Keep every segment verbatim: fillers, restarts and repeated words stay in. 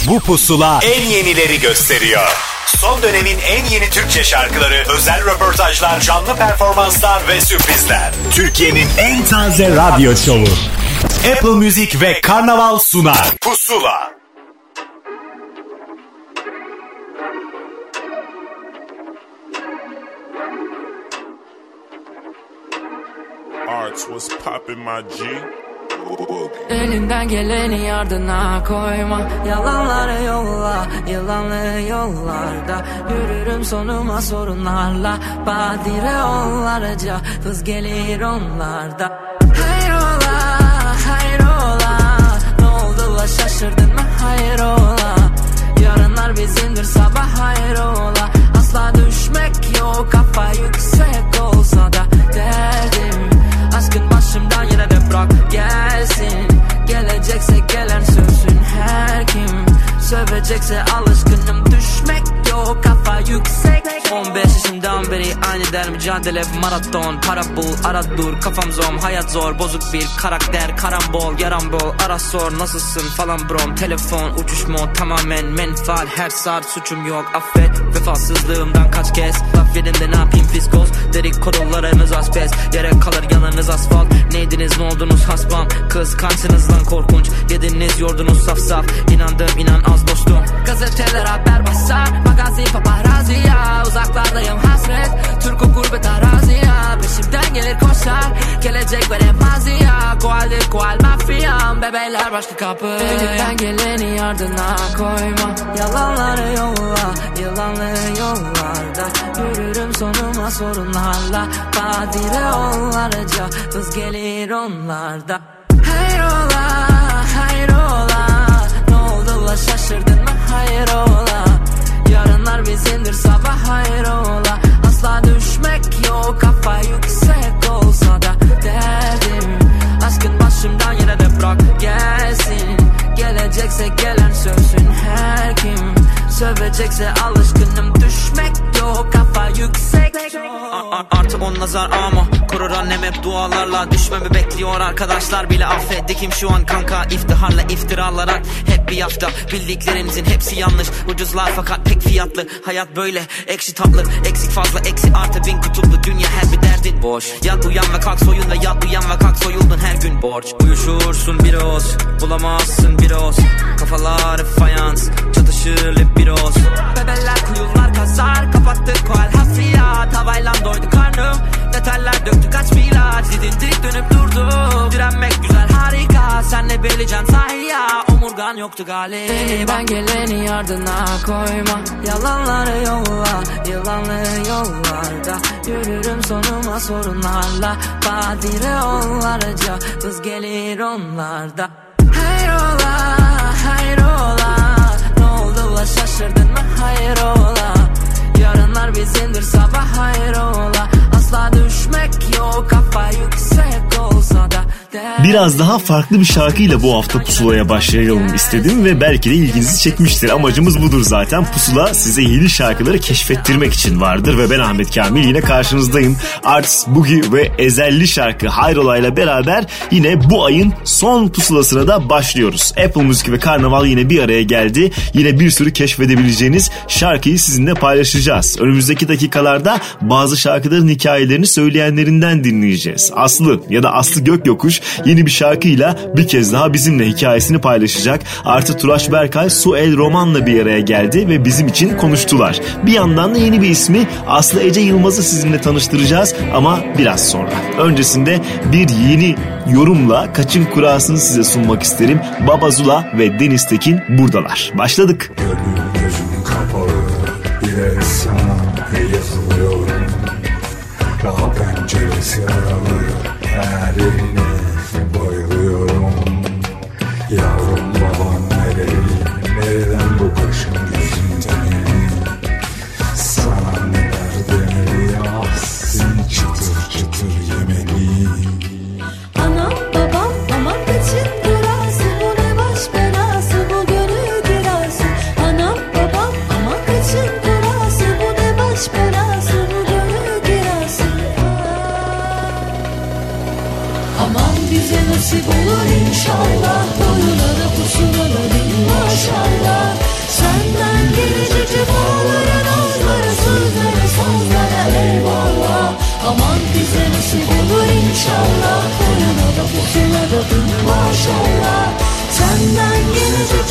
Bu pusula en yenileri gösteriyor. Son dönemin en yeni Türkçe şarkıları, özel röportajlar, canlı performanslar ve sürprizler. Türkiye'nin en taze radyo şovu. Apple Music ve Karnaval sunar. Pusula. Arts, what's poppin' my G? Elinden geleni ardına koyma, yalanlara yolla, yılanlı yollarda yürürüm sonuma sorunlarla. Badire onlarca hız gelir onlarda. Hayrola, hayrola, ne oldu la şaşırdın mı hayrola? Yarınlar bizimdir sabah hayrola. Asla düşmek yok, kafa yüksek olsa da derdim aşkın başımdan yine de bırak gelsin. Gelecekse gelen sövsün her kim, sövecekse alışkınım düşmek yok, kafa yüksek. On beş yaşından beri aynı der mücadele maraton. Para bul ara dur kafam zom, hayat zor bozuk bir karakter, karambol yarambol ara sor nasılsın falan brom. Telefon uçuş mod tamamen menfaal, her saat suçum yok affet. Vefasızlığımdan kaç kez laf yedim de ne yapayım fiskos. Derik kodolarınız asbes, yere kalır yanınız asfalt. Neydiniz ne oldunuz hasbam, kıskançsınız lan korkunç. Yediniz yordunuz saf saf, inandım inan az dostum. Gazeteler haber basar, magazin paparazzi ya. Uzaklardayım hasret, Türk o gurbet arazi ya. Peşimden gelir koşar, gelecek veremez ya. Koaldir koal mafyam, bebeler başka kapı. Elinden geleni ardına koyma, yalanları yolla, yılanlı yollarda yürürüm sonuma sorunlarla. Badire onlarca hız gelir onlarda. Hayrola, hayrola, ne oldu la şaşırdın mı hayrola? Yarınlar bizimdir sabah hayrola. Asla düşmek yok, kafa yüksek olsa da derdim aşkın başımdan yine de bırak gelsin. Gelecekse gelen sövsün her kim, sövecekse alışkınım düşmek yok, kafa yüksek. Artı on nazar ama korur annem hep dualarla. Düşmemi bekliyor arkadaşlar bile affetti kim şu an kanka. İftiharla iftiralara hep bir hafta, bildiklerinizin hepsi yanlış. Ucuzlar fakat pek fiyatlı, hayat böyle ekşi tatlı. Eksik fazla eksi artı bin kutuplu dünya, her bir derdin boş. Yat uyan ve kalk soyun ve yat uyan ve kalk soyuldun her gün borç. Uyuşursun bir oz, bulamazsın bir oz. Kafalar fayans, çatışır hep bir oz. Bebeler kuyular kazar, kapattık koal hafriyat. Havayla doydu karnım, detaller döktü kaç bir ilaç. Didindik dönüp durduk, direnmek güzel harika. Sen ne bileceksin sahi ya, omurgan yoktu galiba. Elinden geleni ardına koyma, yalanları yolla, yılanlı yollarda yürürüm sonuma sorunlarla. Badire onlarca hız gelir onlarda. Hayrola, hayrola, ne oldu la şaşırdın mı hayrola? Yarınlar bizimdir sabah hayrola. Asla düşmek yok, kafa yüksek olsa da der. Biraz daha farklı bir şarkıyla bu hafta Pusula'ya başlayalım istedim ve belki de ilginizi çekmiştir. Amacımız budur zaten. Pusula size yeni şarkıları keşfettirmek için vardır ve ben Ahmet Kamil yine karşınızdayım. Arts, Boogie ve ezelli şarkı Hayrola ile beraber yine bu ayın son pusulasına da başlıyoruz. Apple Music ve Karnaval yine bir araya geldi. Yine bir sürü keşfedebileceğiniz şarkıyı sizinle paylaşacağız. Önümüzdeki dakikalarda bazı şarkıların hikayelerini söyleyenlerinden dinleyeceğiz. Aslı ya da Aslı Gökyokuş yeni bir şarkıyla bir kez daha bizimle hikayesini paylaşacak. Artı Turaç Berkay Su El Roman'la bir araya geldi ve bizim için konuştular. Bir yandan da yeni bir ismi Aslı Ece Yılmaz'ı sizinle tanıştıracağız ama biraz sonra. Öncesinde bir yeni yorumla Kaçın Kurası'nı size sunmak isterim. Baba Zula ve Deniz Tekin buradalar. Başladık. Gönlüm gözüm kapalı, bile sana yazılıyorum. Daha penceresi aralı, her yerine bayılıyorum. Yavrum babam nereli, nereden bu kaşın gözün teneli? Sana neler demeli, ah seni çıtır çıtır yemeli. Anam babam aman kaçın kurası, bu ne baş belası, bu gönül kirası. Anam babam aman kaçın kurası, bu ne baş belası, bu gönül kirası.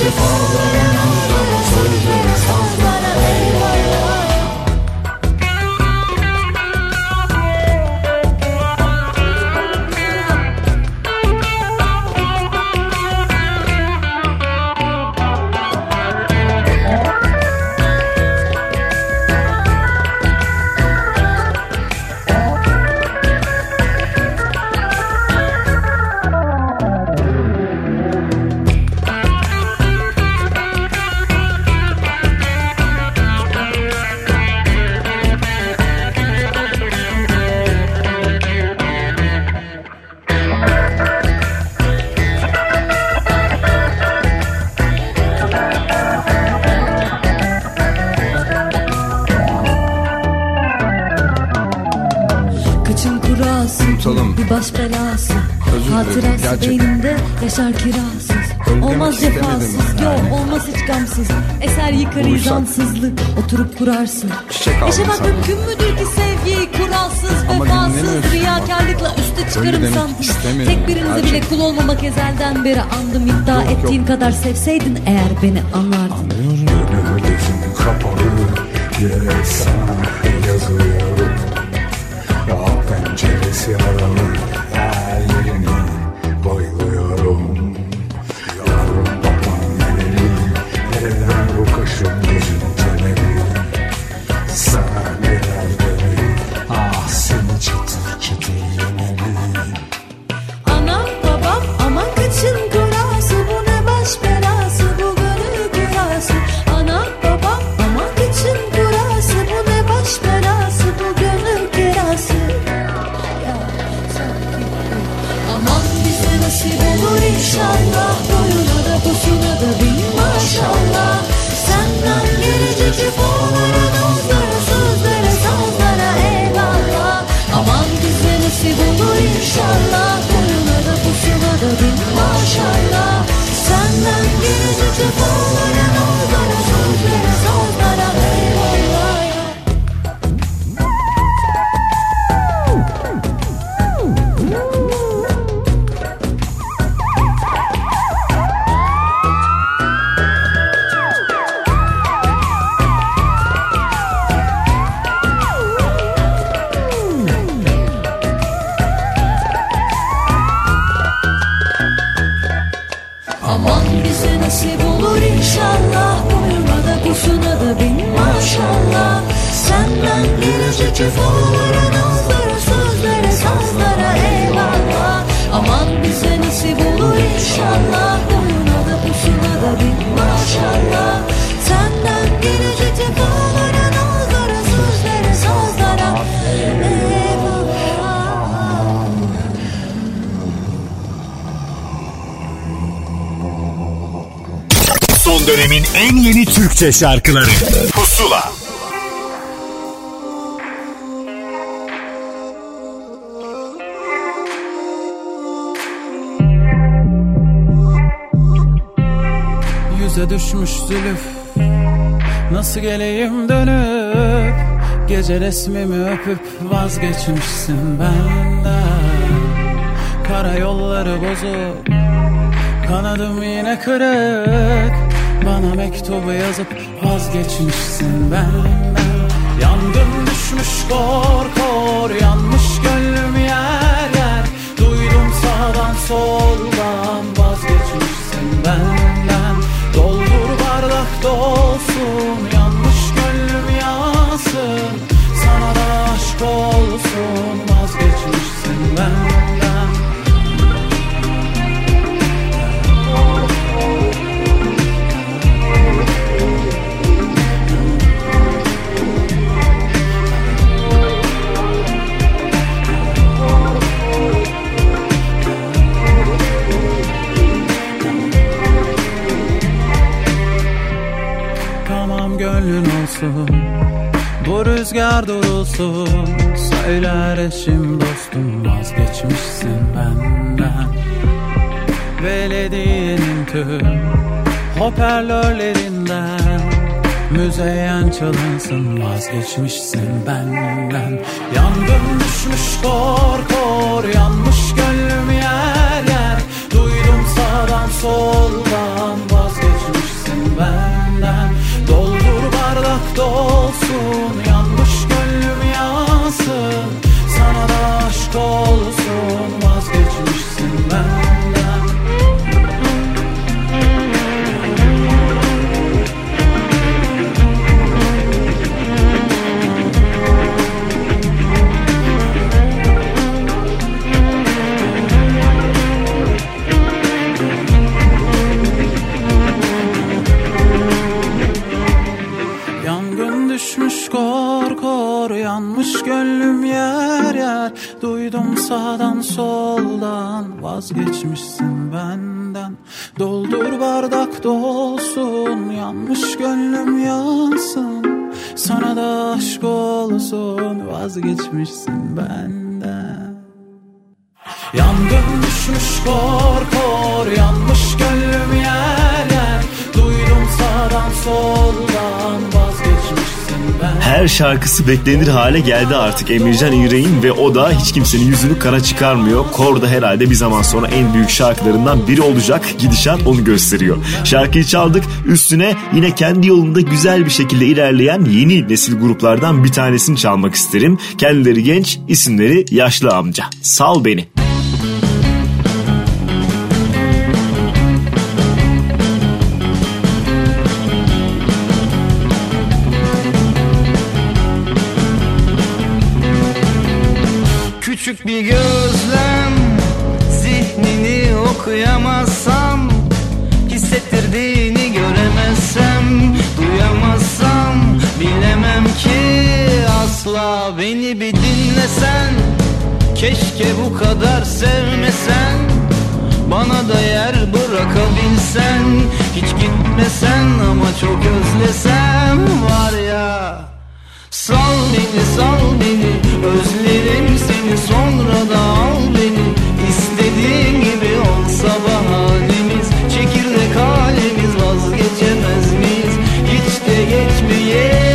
cefalara, nazlara, sözlere, sazlara eyvallah. Unutalım. Bir baş belası, Özür hatırası dilerim, beynimde yaşar kirasız. Öldürmek Olmaz istemedim cefasız, yani. yok olmaz hiç gamsız. Eser yıkar Bulursak- izansızlık, oturup kurarsın. Çiçek aldım Yaşamak sana. mümkün müdür ki sevgiyi kuralsız, Ama vefasız, dinlemiyorsun riyakarlıkla üste çıkarım demek sandın. istemiyorum. Tek birinize bile Gerçek. kul olmamak ezelden beri andım. İddia Yok, yok. ettiğim kadar sevseydin eğer beni anlardın. Gönül gözüm kapalı diye sana yazıyorum. Ya penceresi aralı her yerini bayılıyorum. Yavrum babam gelelim, nereden bu kaşım gözün teneri. Sana neler demeliyim, ah seni çıtır çıtır yemeliyim. Anam babam aman kaçın kurası, bu ne baş belası, bu gönül kurası. Anam babam aman kaçın kurası, bu ne baş belası, bu gönül kurası. Ya, sanki bu- Aman bize nasip olur inşallah, boyuna da posuna da bin maşallah. Senden gelecek cefalara, nazlara, sözlere, sazlara eyvallah. Aman bize nasip olur inşallah, boyuna da posuna da bin maşallah. Senden gelecek cefalara, nazlara, sözlere, sazlara eyvallah. Aman bize nasip olur inşallah, boyuna da posuna da bin maşallah. Senden gelecek cefalara, nazlara, sözlere, sazlara eyvallah. Aman bize nasip olur inşallah, boyuna da posuna da bin maşallah. Senden gelecek cefalara, nazlara, sözlere, sazlara eyvallah. Son dönemin en yeni Türkçe şarkıları Pusula. Yüze düşmüş zülüf, nasıl geleyim dönüp, gece resmimi öpüp vazgeçmişsin benden. Kara yolları bozuk, kanadım yine kırık, bana mektubu yazıp vazgeçmişsin benden. Yandım düşmüş kor kor, yanmış gönlüm yer yer, duydum sağdan soldan vazgeçmişsin benden. Doldur bardak dolsun, yanmış gönlüm yansın, sana da aşk olsun, vazgeçmişsin benden. Tamam gönlün olsun, bu rüzgar durulsun, söyler eşim dostum vazgeçmişsin benden. Belediyenin tüm hoparlörlerinden müzeyyen çalınsın, vazgeçmişsin benden. Yandım düşmüş kor kor, yanmış gönlüm yer yer, duydum sağdan soldan vazgeçmişsin kor, yanmış gönlüm yer yer. Duydum sağdan soldan, vazgeçmişsin benden. Doldur bardak dolsun, yanmış gönlüm yansın. Sana da aşk olsun, vazgeçmişsin benden. Yangın düşmüş kor kor, yanmış gönlüm yer yer. Duydum sağdan soldan, vazgeçmişsin ben. Her şarkısı beklenir hale geldi artık Emircan İğrek'in ve o da hiç kimsenin yüzünü kara çıkarmıyor. Kor da herhalde bir zaman sonra en büyük şarkılarından biri olacak. Gidişat onu gösteriyor. Şarkıyı çaldık, üstüne yine kendi yolunda güzel bir şekilde ilerleyen yeni nesil gruplardan bir tanesini çalmak isterim. Kendileri genç, isimleri yaşlı amca. Sal Beni. Küçük bir gözlem, zihnini okuyamazsam, hissettirdiğini göremezsem, duyamazsam, bilemem ki asla. Beni bir dinlesen, keşke bu kadar sevmesen, bana da yer bırakabilsen, hiç gitmesen ama çok özlesem var ya. Sal beni, sal beni, özlerim seni, sonra da al beni. İstediğin gibi olsa bahanemiz, çekirdek halimiz, vazgeçemez miyiz? Hiç de geçmeyiz.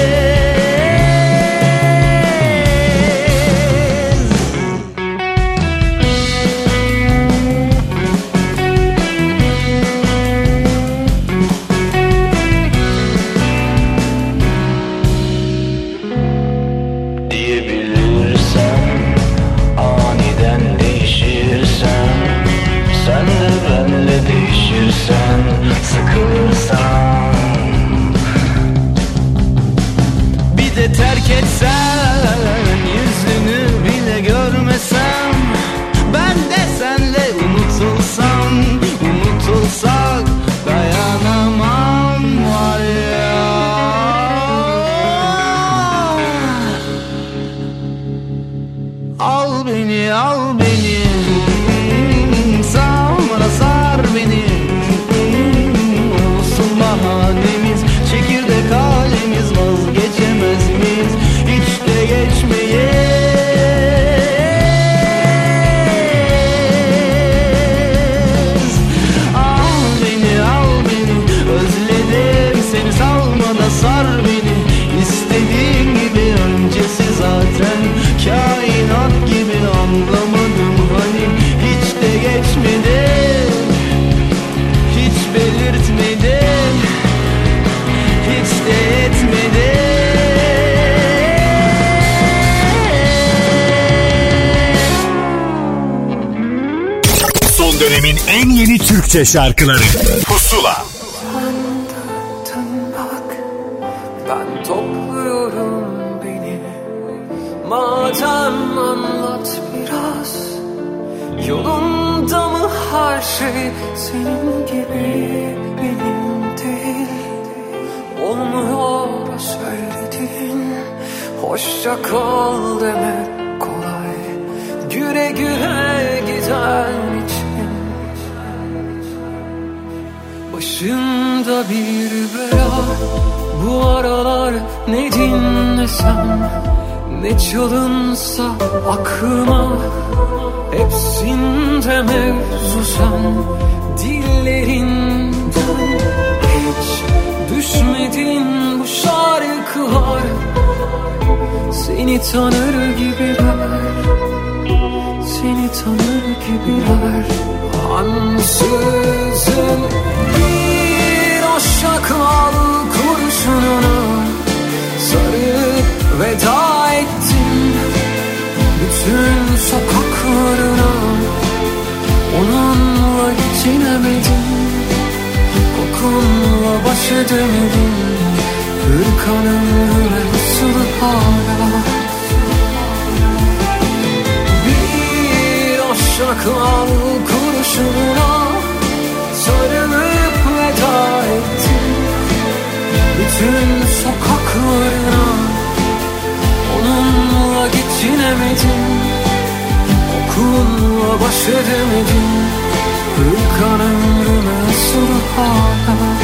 Sıkılırsan bir de terk etsen, yüzünü bile görmesem, ben de senle unutulsam, unutulsak dayanamam var ya. Al beni, al beni, sonra sar beni. Bahanemiz, çekirdek halimiz, vazgeçemez miyiz? Hiç de geçmeyiz. Al beni, al beni, özledim seni, salma da sar beni. İstediğin gibi, öncesi zaten kainat gibi, anlamadım hani. Hiç de geçmedi, hiç belirtmedi, hiç de etmedi. Son dönemin en yeni Türkçe şarkıları Pusula. Dön bak, ben topluyorum beni. Madem anlat biraz, yolunda mı her şey? Senin gibi benim değil. Olmuyor söylediğin, hoşça kal demek kolay. Güle güle giden için başımda bir bela. Bu aralar ne dinlesem, ne çalınsa aklıma, hepsinde mevzu sen. Dillerinden hiç düşmedin bu şarkılar. Seni tanır gibiler, seni tanır gibiler. Ansızın bir hoşça kal kurşununa sarıp veda ettim bütün sokaklarına. Onunla geçinemedim, kokunla baş edemedim. Hırkan ömrüne asılı hala. Bir hoşça kal kurşununa sarılıp veda ettim bütün sokaklarına. geçinemedim, okulunla baş edemedim. Hırkan ömrüme asılı hala.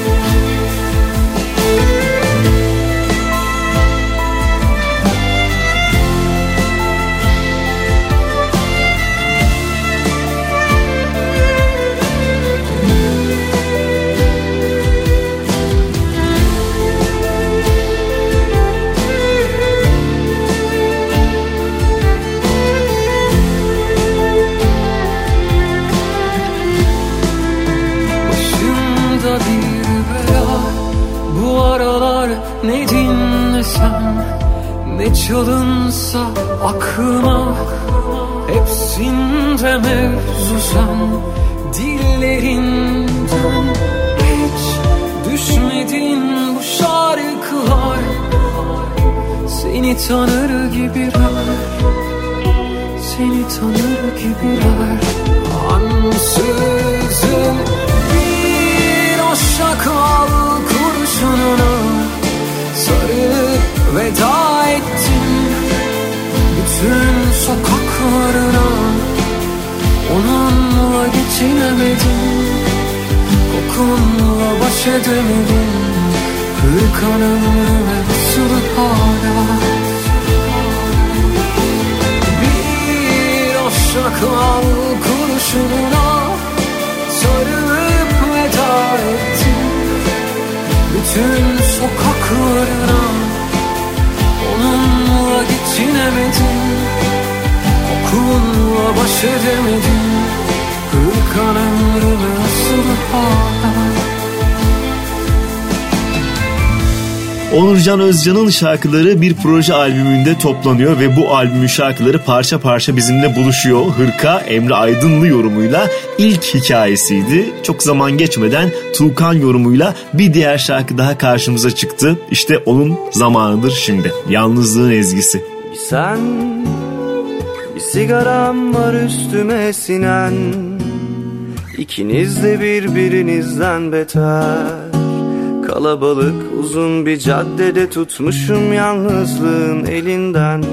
Ne dinlesem, ne çalınsa aklıma, hepsinde mevzu sen. Dillerinden hiç düşmedin bu şarkılar. Seni tanır gibiler, seni tanır gibiler. Ansızın bir o şakal kurşununa sarılıp veda ettim bütün sokaklarına. Onunla geçinemedim, kokunla baş edemedim. Hırkan ömrüme asılı hala. Bir o şakal kurşununa sarılıp veda ettim bütün sokaklarına. Onunla geçinemedim, kokunla baş edemedim. Hırkan ömrüme asılı hala. Onurcan Özcan'ın şarkıları bir proje albümünde toplanıyor ve bu albümün şarkıları parça parça bizimle buluşuyor. Hırka Emre Aydınlı yorumuyla ilk hikayesiydi. Çok zaman geçmeden Tuğkan yorumuyla bir diğer şarkı daha karşımıza çıktı. İşte onun zamanıdır şimdi. Yalnızlığın ezgisi. Bir sen, bir sigaram var üstüme sinen. İkiniz de birbirinizden beter. Kalabalık uzun bir caddede tutmuşum yalnızlığın elinden.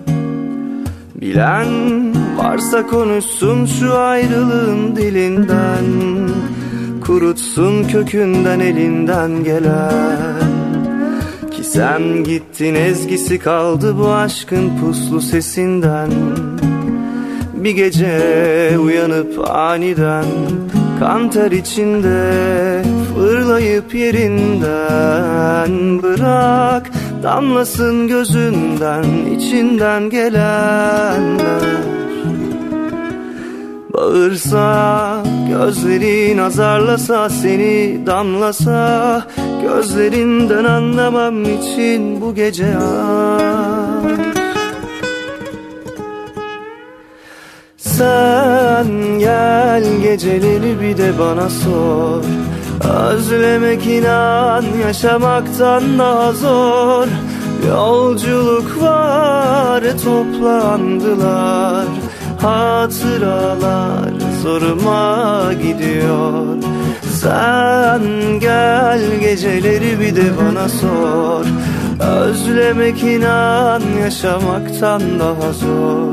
Bilen varsa konuşsun şu ayrılığın dilinden. Kurutsun kökünden elinden gelen. Ki sen gittin ezgisi kaldı bu aşkın puslu sesinden. Bir gece uyanıp aniden kan ter içinde fırlayıp yerinden. Bırak damlasın gözünden içinden gelenler. Bağırsa gözlerin azarlasa seni damlasa. Gözlerinden anlamam için bu gece ay. Sen gel geceleri bir de bana sor. Özlemek inan yaşamaktan daha zor. Yolculuk var toplandılar. Hatıralar zoruma gidiyor. Sen gel geceleri bir de bana sor. Özlemek inan yaşamaktan daha zor.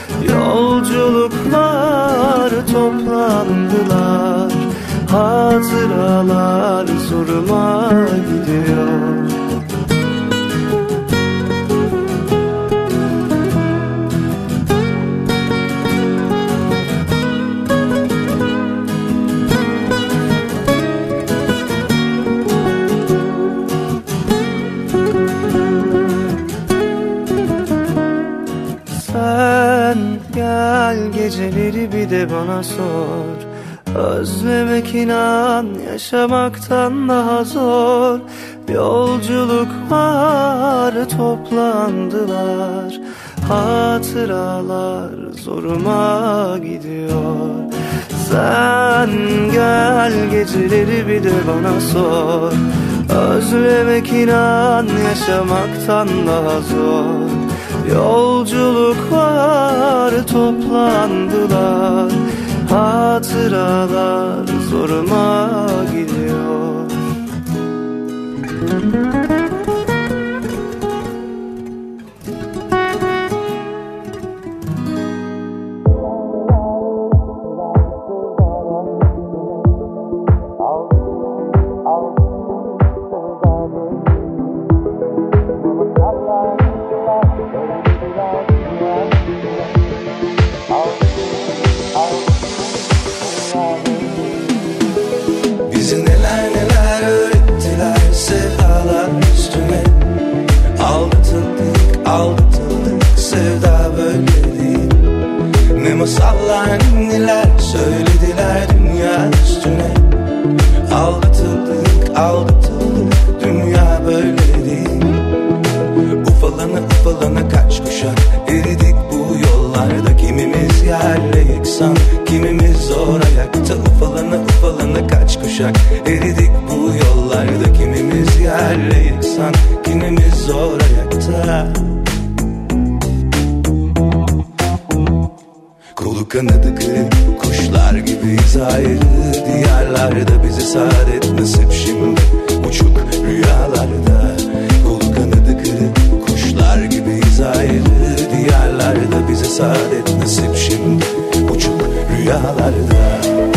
Yolculuklar toplandılar. Hatıralar zoruma gidiyor. Sen gel geceleri bir de bana sor. Özlemek inan yaşamaktan daha zor. Yolculuk var toplandılar. Hatıralar zoruma gidiyor. Sen gel geceleri bir de bana sor. Özlemek inan yaşamaktan daha zor. Yolculuk var toplandılar. Hatıralar zoruma gidiyor. kuşak eridik bu yollarda. Kimimiz yerle yeksan, kimimiz zor ayakta. Kolu kanadı kırık kuşlar gibiyiz ayrı diyarlarda. Bize saadet nasip şimdi uçuk rüyalarda. Kolu kanadı kırık kuşlar gibiyiz ayrı diyarlarda. Bize saadet nasip şimdi uçuk rüyalarda.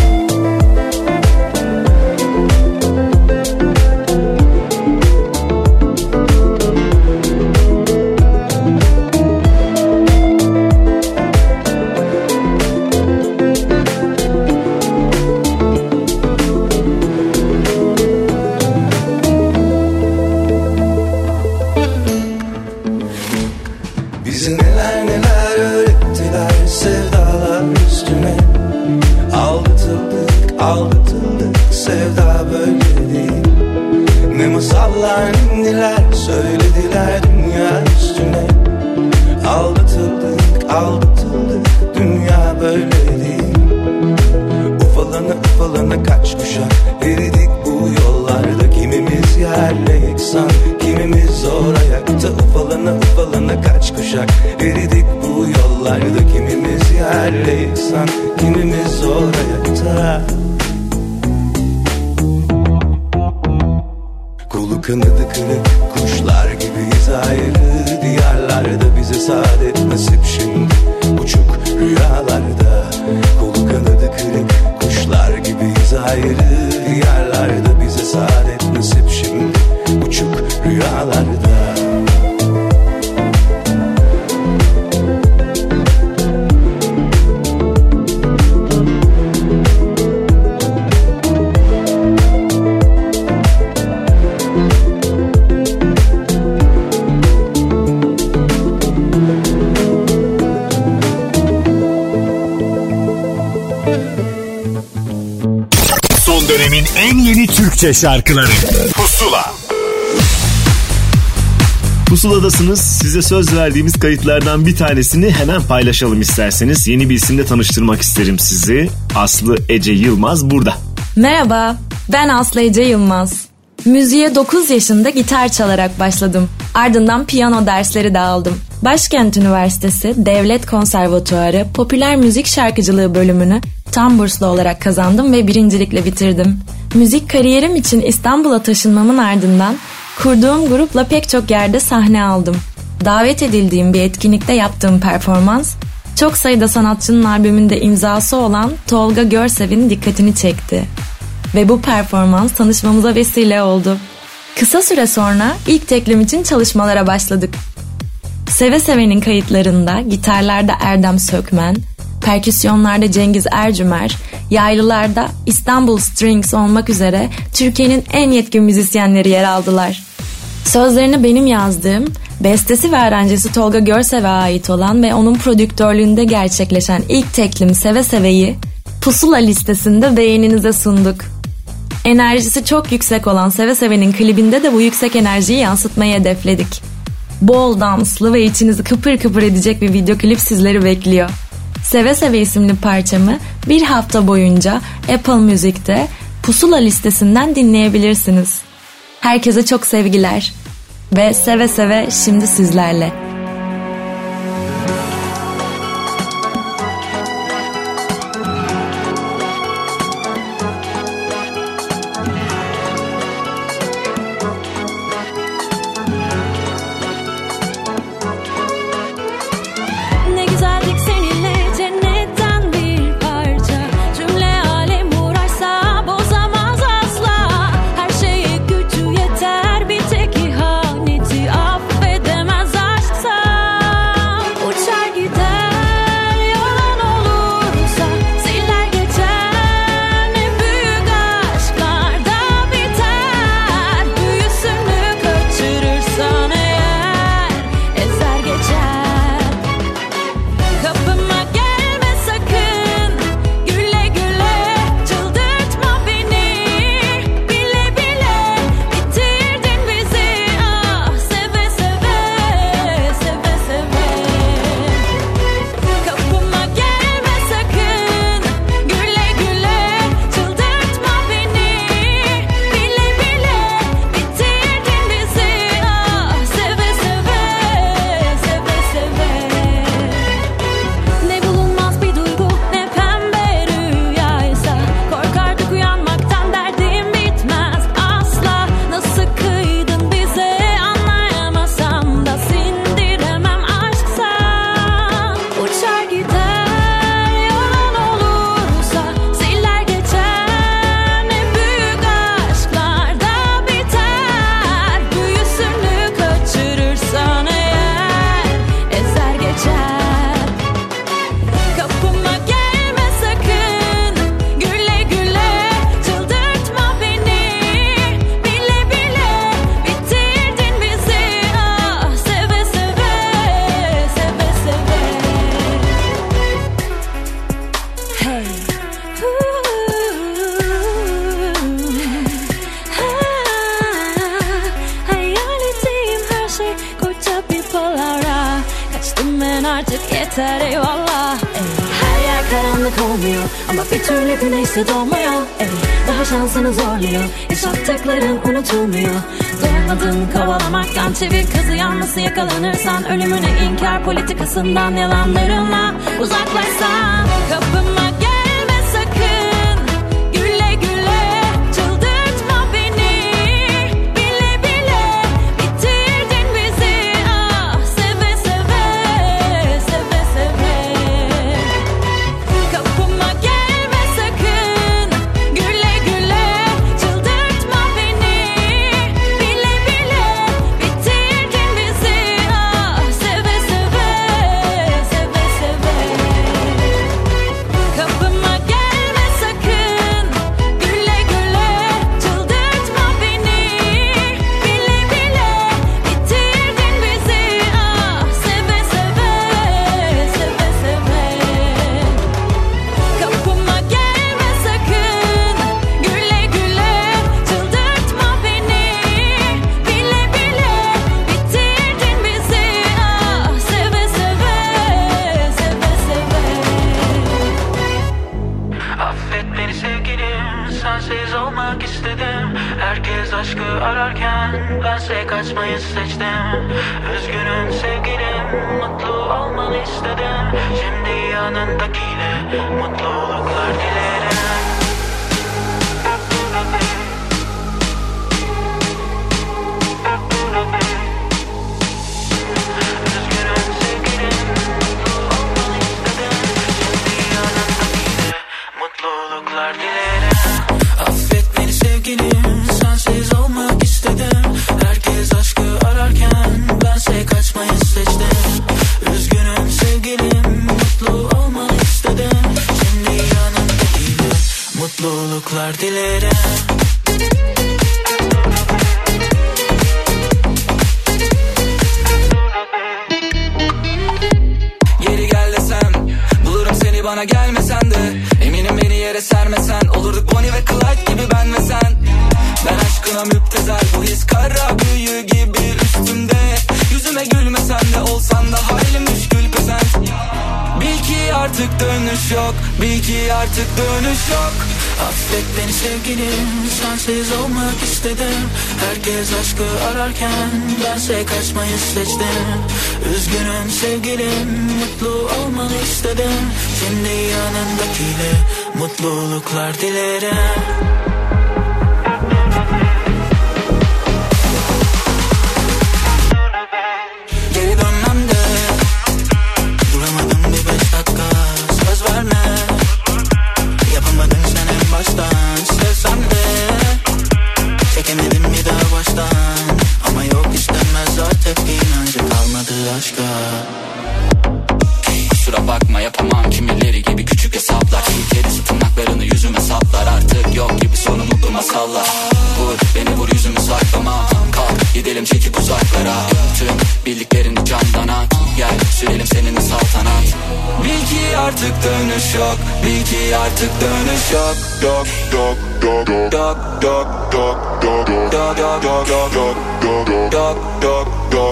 Türkçe şarkıları Pusula. Pusuladasınız. Size söz verdiğimiz kayıtlardan bir tanesini hemen paylaşalım isterseniz. Yeni bir isimle tanıştırmak isterim sizi. Aslı Ece Yılmaz burada. Merhaba, ben Aslı Ece Yılmaz. Müziğe dokuz yaşında gitar çalarak başladım. Ardından piyano dersleri de aldım. Başkent Üniversitesi Devlet Konservatuarı Popüler Müzik Şarkıcılığı bölümünü tam burslu olarak kazandım ve birincilikle bitirdim. Müzik kariyerim için İstanbul'a taşınmamın ardından kurduğum grupla pek çok yerde sahne aldım. Davet edildiğim bir etkinlikte yaptığım performans, çok sayıda sanatçının albümünde imzası olan Tolga Görsev'in dikkatini çekti. Ve bu performans tanışmamıza vesile oldu. Kısa süre sonra ilk teklif için çalışmalara başladık. Seve Seve'nin kayıtlarında gitarlarda Erdem Sökmen, perküsyonlarda Cengiz Ercümer, yaylılarda İstanbul Strings olmak üzere Türkiye'nin en yetkin müzisyenleri yer aldılar. Sözlerini benim yazdığım, bestesi ve aranjesi Tolga Görsev'e ait olan ve onun prodüktörlüğünde gerçekleşen ilk teklim Seve Seve'yi Pusula listesinde beğeninize sunduk. Enerjisi çok yüksek olan Seve Seve'nin klibinde de bu yüksek enerjiyi yansıtmayı hedefledik. Bol danslı ve içinizi kıpır kıpır edecek bir video klip sizleri bekliyor. Seve Seve isimli parçamı bir hafta boyunca Apple Music'te Pusula listesinden dinleyebilirsiniz. Herkese çok sevgiler ve Seve Seve şimdi sizlerle. Her şeye gücü yeter, bir tek ihaneti affedemez aşk. artık yeter eyvallah. Ey. Her yer karanlık olmuyor ama bir türlü güneşse doğmuyor. Ey. Daha şansını zorluyor, yaşattıkların unutulmuyor. Doymadın kovalamaktan, çevir kızı yalnız yakalanırsan. Ölümüne inkar politikasından, yalanlarınla uzaklaşsan. Kapıma gelme sakın, güle güle çıldırtma beni. Bile bile bitirdin bizi, ah seve seve, seve seve. Kapıma gelme sakın, güle güle çıldırtma beni. Bile bile bitirdin bizi, ah seve seve, seve seve. Kapıma gelme sakın, güle güle çıldırtma beni. Bile bile bitirdin bizi, ah seve seve, seve seve. Kapıma gelme sakın, güle güle çıldırtma beni. Bile bile bitirdin bizi, ah seve seve, seve seve. Affet beni sevgilim, sensiz olmak istedim. Herkes aşkı ararken bense kaçmayı seçtim. Üzgünüm sevgilim, mutlu olmanı istedim. Şimdi yanındakiyle mutluluklar dilerim. Üzgünüm sevgilim, mutlu olmanı istedim. Şimdi yanındakiyle mutluluklar dilerim. Affet beni sevgilim, sensiz olmak istedim. Herkes aşkı ararken bense kaçmayı seçtim. Üzgünüm sevgilim, mutlu olmanı istedim. Şimdi yanındakiyle mutluluklar dilerim. Geri gel desem, bulurum seni bana gelmesen de. Eminim beni yere sermesen, olurduk Bonnie ve Clyde gibi ben ve sen. Ben aşkına müptezel, bu his kara büyü gibi üstümde. Yüzüme gülmesen de olsan da halim müşkül pesent. Bil ki artık dönüş yok, bil ki artık dönüş yok. Affet beni sevgilim, sensiz olmak istedim. Herkes aşkı ararken bense kaçmayı seçtim. Üzgünüm sevgilim, mutlu olmanı istedim. Şimdi yanındakiyle mutluluklar dilerim. Geri dönmem de, duramadım bir beş dakika. Söz verme, yapamadın sen en baştan. Sevsem de, çekemedim bir daha baştan. Ama yok istemez artık inancı kalmadı aşka. Kusura bakma yapamam kimileri gibi küçük hesaplar. Kedisi tırnaklarını yüzüme saplar. Artık yok gibi sonu mutlu masallar. Vur beni vur yüzümü saklamam. Kalk gidelim çekip uzaklara. Tüm bildiklerini candan at. Gel sürelim seninle saltanat. Bil ki artık dönüş yok, bil ki artık dönüş yok. Yok yok yok yok yok yok yok yok yok yok yok yok yok yok yok yok yok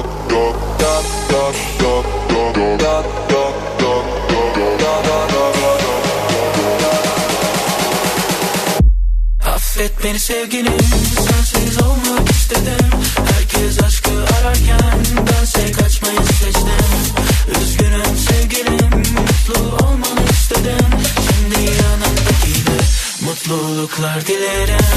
yok yok yok. Affet beni sevgilim, sensiz olmak istedim. Herkes aşkı ararken bense kaçmayı seçtim. Üzgünüm sevgilim, mutlu olmanı istedim. Şimdi yanındakiyle mutluluklar dilerim.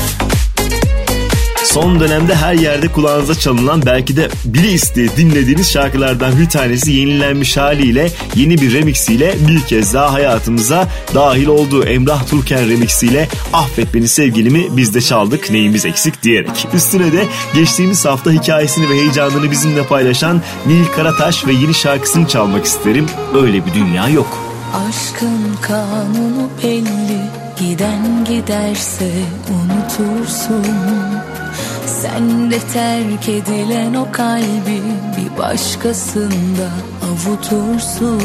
Son dönemde her yerde kulağınıza çalınan, belki de bile isteye dinlediğiniz şarkılardan bir tanesi yenilenmiş haliyle, yeni bir remixiyle bir kez daha hayatımıza dahil oldu. Emrah Turken remixiyle Affet Beni Sevgilimi biz de çaldık, neyimiz eksik diyerek. Üstüne de geçtiğimiz hafta hikayesini ve heyecanını bizimle paylaşan Nil Karataş ve yeni şarkısını çalmak isterim. Öyle bir dünya yok. Aşkın kanunu belli, giden giderse unutursun. Sen de terk edilen o kalbi bir başkasında avutursun.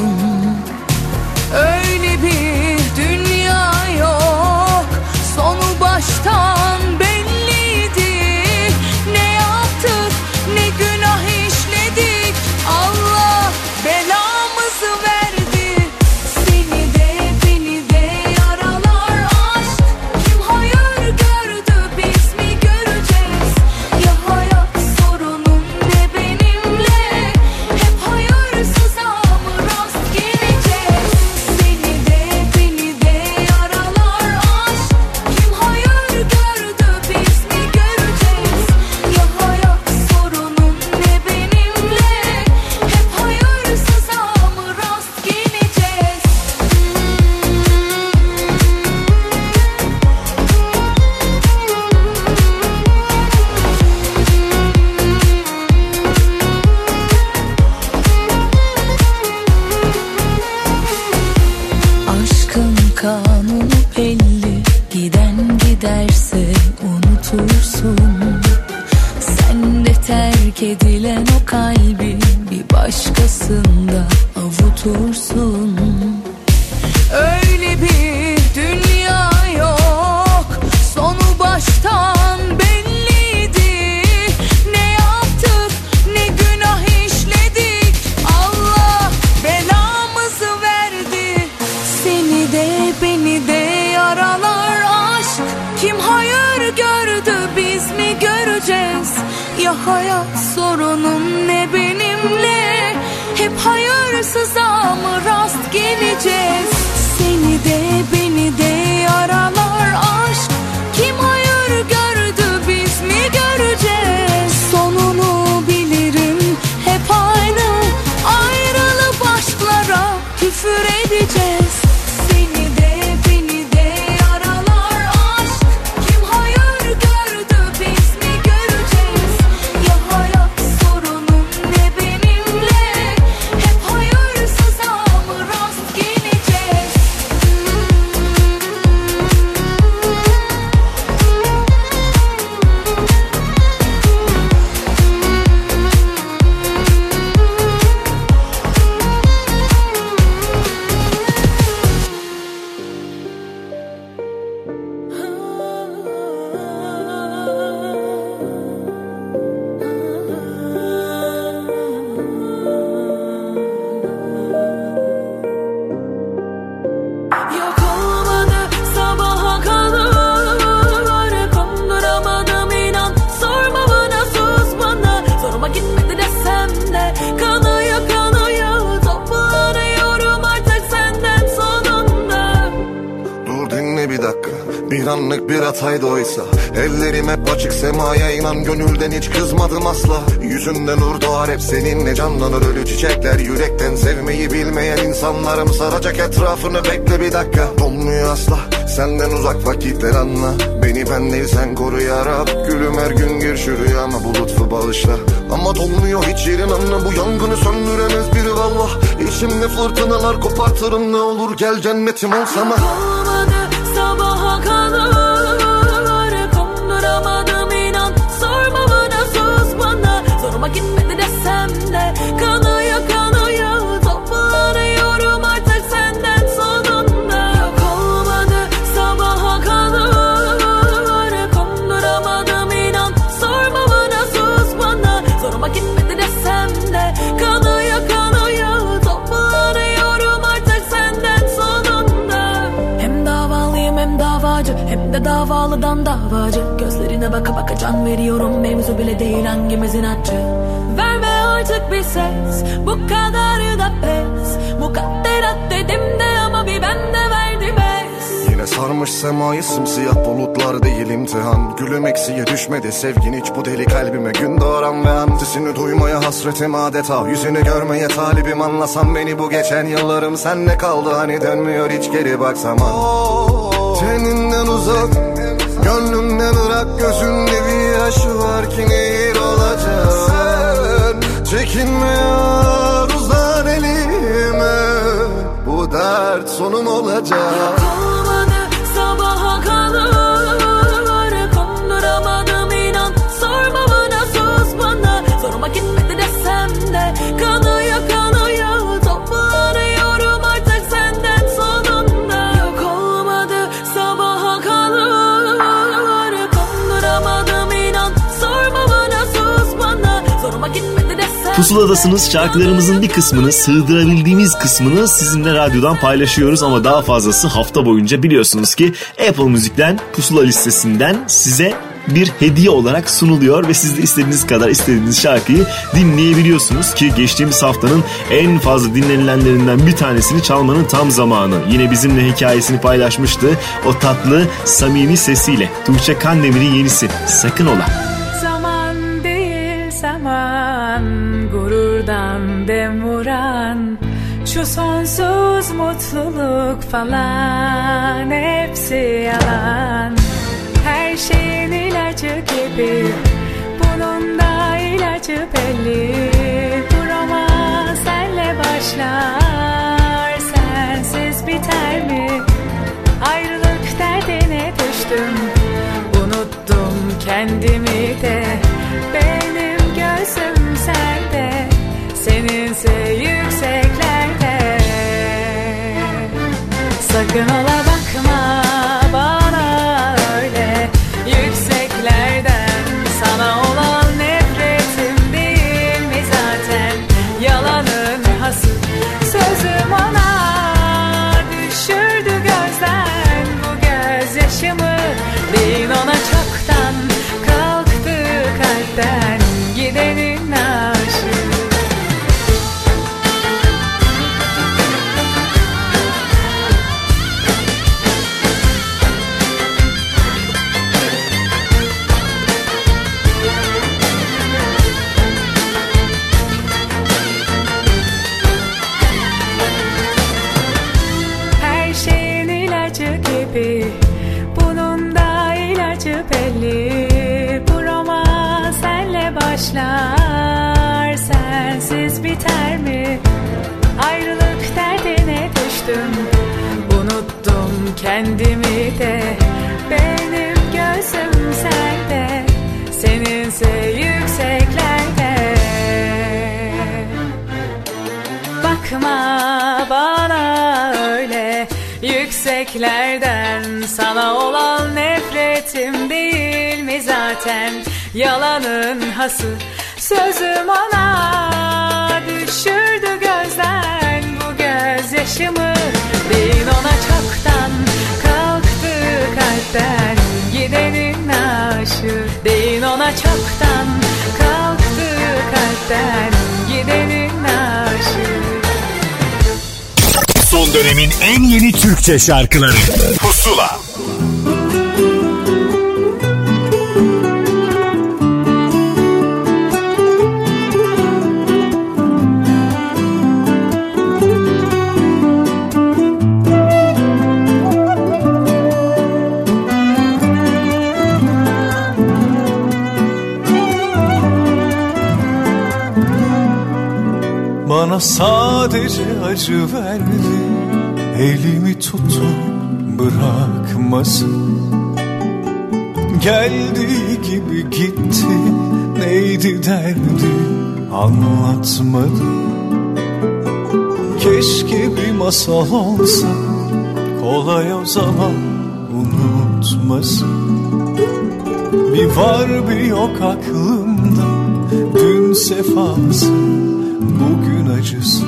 Öyle bir dünya yok, sonu baştan belliydi. Ne yaptık, ne günah işledik, Allah belamızı terk edilen o kalbi bir başkasında avutursun. Öyle bir dünya yok, sonu baştan belliydi. Ne yaptık, ne günah işledik, Allah belamızı verdi. Seni de beni de yaralar aşk, kim hayır gördü biz mi göreceğiz? Ya hayat sorunun ne benimle, hep hayırsıza mı rast geleceğiz? Seni de beni de yaralar aşk, kim hayır gördü biz mi göreceğiz? Sonunu bilirim hep aynı, ayrılıp aşklara küfür edeceğiz. Seni de beni de yaralar aşk, kim hayır gördü biz mi göreceğiz? Ya hayat sorunun ne benimle, hep hayırsıza mı rast geleceğiz? Yok olmadı sabaha kadar, konduramadım inan, sorma bana sus bana, zoruma gitmedi desem de kanıyor kanıyor, toplanıyorum artık senden sonunda. Dur dinle bir dakika, bir anlık bir hataydı oysa. Ellerim hep açık semaya, inan gönülden hiç kızmadım asla. Yüzünden nur doğar hep seninle, canlanır ölü çiçekler. Yürekten sevmeyi bilmeyen insanlarım saracak etrafını, bekle bir dakika. Dolmuyor asla senden uzak vakitler, anla. Beni ben değil sen koru ya Rab. Gülüm her gün gir şu rüyama, bu lütfu bağışla. Ama dolmuyor hiç yerin, anla. Bu yangını söndüremez biri vallah. İçimde fırtınalar kopartırım, ne olur gel cennetim ol sana. Olmadı sabaha kadar, konduramadım inan, sorma bana sus bana, zoruma gitmedi desem de kanıyor kanıyor, toplanıyorum artık senden sonunda. Yok olmadı sabaha kadar, konduramadım inan, sorma bana sus bana, zoruma gitmedi desem de kanıyor kanıyor, toplanıyorum artık senden sonunda. Hem davalıyım hem davacı, hem de davalıdan davacı. Gözlerine baka baka can veriyorum, mevzu bile değil hangimizin acı. Verme artık bir ses, bu kadar da pes. Mukadderat dedim de ama bir bende verdi bes. Yine sarmış semayı simsiyah bulutlar değil imtihan. Gülüm eksiye düşmedi sevgin hiç, bu deli kalbime gün doğuran ve an. Sesini duymaya hasretim adeta, yüzünü görmeye talibim, anlasan beni bu geçen yıllarım. Senle kaldı hani, dönmüyor hiç geri baksam an. Teninden uzak, gönlümden ırak, gözünde bir yaş var ki nehir olacak. Sen çekinme yar, uzan elime, bu dert sonum olacak. Olmadı sabaha kadar, konduramadım inan, sorma bana sus bana, zoruma gitmedi desem de kanıyor kanıyor, toplanıyorum artık senden sonunda. Yok olmadı sabaha kadar, konduramadım inan, sorma bana sus bana, zoruma gitmedi desem. Pusuladasınız. Şarkılarımızın bir kısmını, sığdırabildiğimiz kısmını sizinle radyodan paylaşıyoruz ama daha fazlası hafta boyunca biliyorsunuz ki Apple Müzik'ten, Pusula listesinden size bir hediye olarak sunuluyor ve siz de istediğiniz kadar istediğiniz şarkıyı dinleyebiliyorsunuz ki geçtiğimiz haftanın en fazla dinlenilenlerinden bir tanesini çalmanın tam zamanı. Yine bizimle hikayesini paylaşmıştı o tatlı, samimi sesiyle. Tuğçe Kandemir'in yenisi Sakın Ola. Zaman değil zaman, gururdan dem vuran, şu sonsuz mutluluk falan hepsi yalan. Her şeyin ilacı gibi, bunun da ilacı belli. Bu roman senle başlar, sensiz biter mi? Ayrılık derdine düştüm, unuttum kendimi de. Benim gözüm kalpten gidenin aşığı. Her şeyin ilacı gibi bunun da ilacı belli. Bu roman senle başlar, sensiz biter mi? Ayrılık derdine düştüm, unuttum kendimi de. Benim gözüm sende, seninse yükseklerde. Bakma bana öyle yükseklerden, sana olan nefretim değil mi zaten? Yalanın hası sözüm ona düşürdü gözden bu gözyaşımı. Değil ona çoktan kalktı kalpten gidenin aşığı. Değil ona çoktan kalktı kalpten gidenin aşığı. Son dönemin en yeni Türkçe şarkıları Pusula. Bana sadece acı verdi, elimi tutup bırakmasın. Geldiği gibi gitti, neydi derdi anlatmadı. Keşke bir masal olsa, kolay o zaman unutmasın. Bir var bir yok aklımda, dün sefası bugün acısı.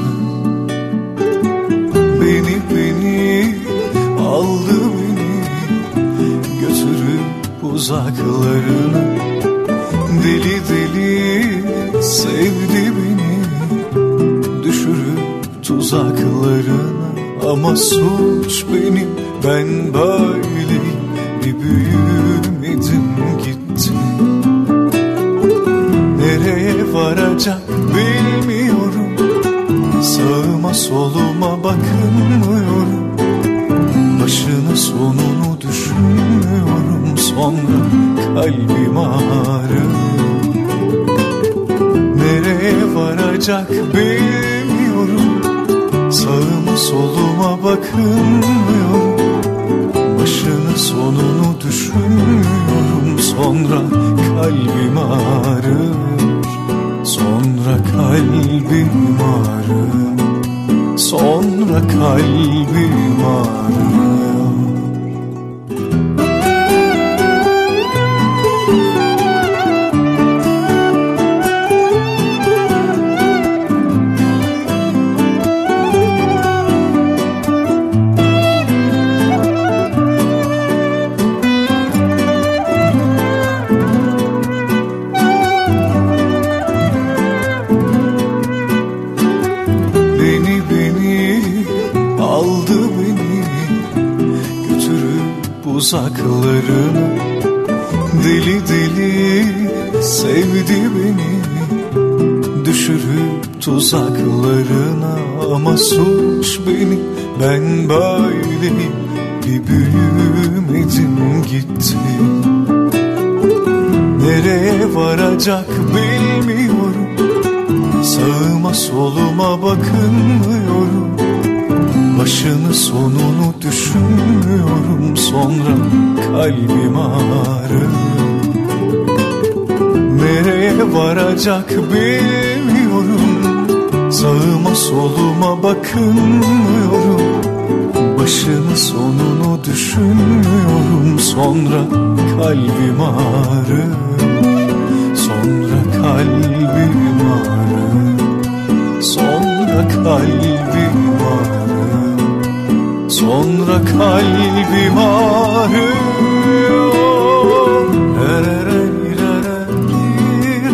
Beni beni aldı beni, götürüp uzaklarına. Deli deli sevdi beni, düşürüp tuzaklarına. Ama suç benim, ben böyleyim, bir büyümedim gitti. Nereye varacak bilmiyorum, sağıma soluma bakınmıyorum. Başını sonunu düşünmüyorum, sonra kalbim ağrır. Nereye varacak bilmiyorum, sağıma soluma bakınmıyorum. Başını sonunu düşünmüyorum, sonra kalbim ağrır. Sonra kalbim ağrır, sonra kalbim ağrır. Uzaklarına, deli deli sevdi beni, düşürüp tuzaklarına. Ama suç benim, ben böyleyim, bir büyümedim gitti. Nereye varacak bilmiyorum, sağıma soluma bakınmıyorum. Başını sonunu düşünmüyorum, sonra kalbim ağrır. Nereye varacak bilmiyorum, sağıma soluma bakınmıyorum. Başını sonunu düşünmüyorum, sonra kalbim ağrır. Sonra kalbim ağrır, sonra kalbim ağrır. Sonra kalbim ağrıyor.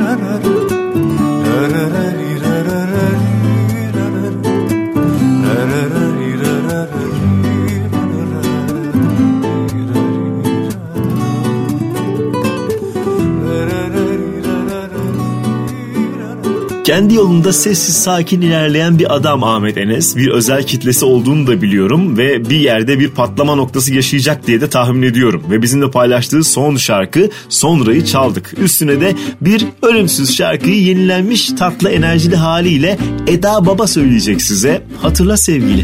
Kendi yolunda sessiz sakin ilerleyen bir adam Ahmet Enes. Bir özel kitlesi olduğunu da biliyorum ve bir yerde bir patlama noktası yaşayacak diye de tahmin ediyorum. Ve bizimle paylaştığı son şarkı Sonra'yı çaldık. Üstüne de bir ölümsüz şarkıyı yenilenmiş tatlı enerjili haliyle Eda Baba söyleyecek size. Hatırla sevgili.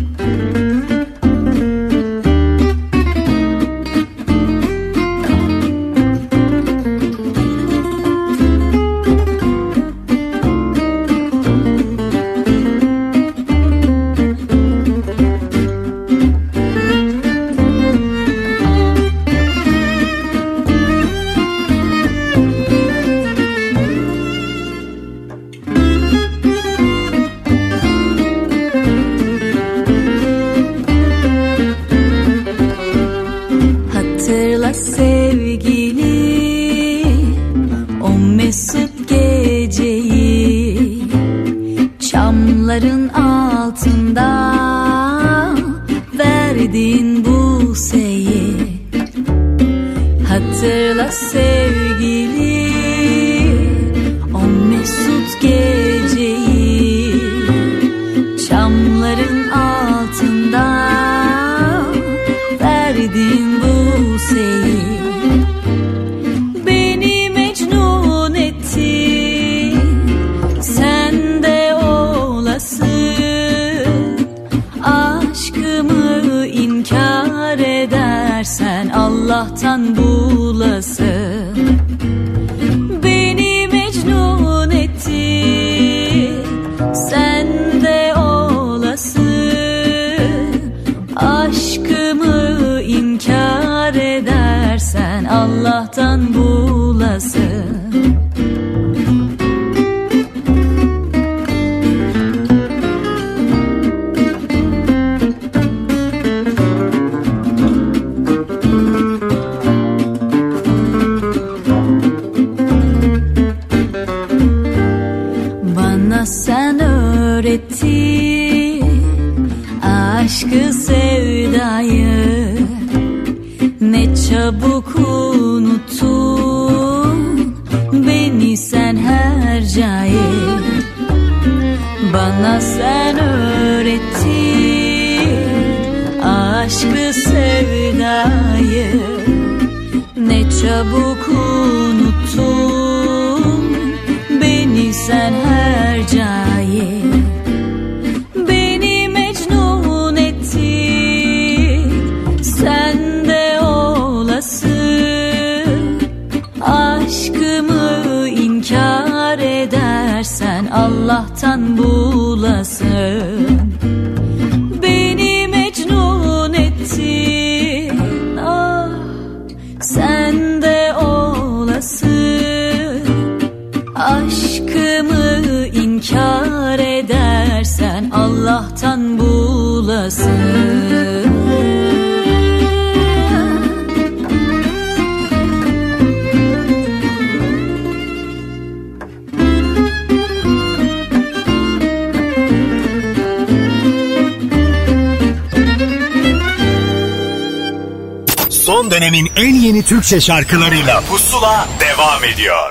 Son dönemin en yeni Türkçe şarkılarıyla Pusula devam ediyor.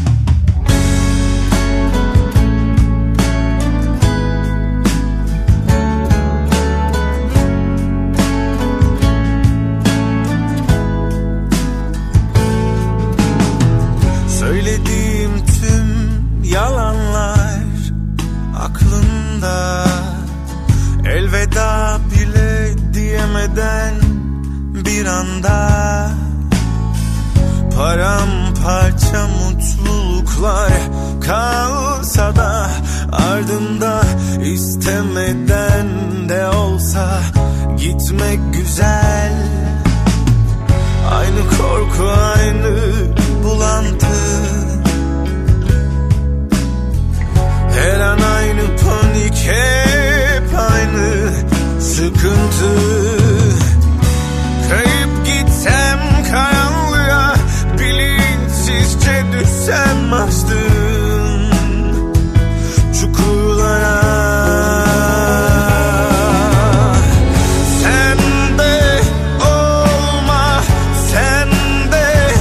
Söylediğim tüm yalanlar aklımda, elveda bile diyemeden bir anda paramparça mutluluklar kalsa da ardımda istemeden de olsa gitmek güzel. Aynı korku, aynı bulantı, her an aynı panik, hep aynı sıkıntı. Kayıp gitsem karanlığa, bilinçsizce düşsem açtığım çukurlara. Sen de olma, sen de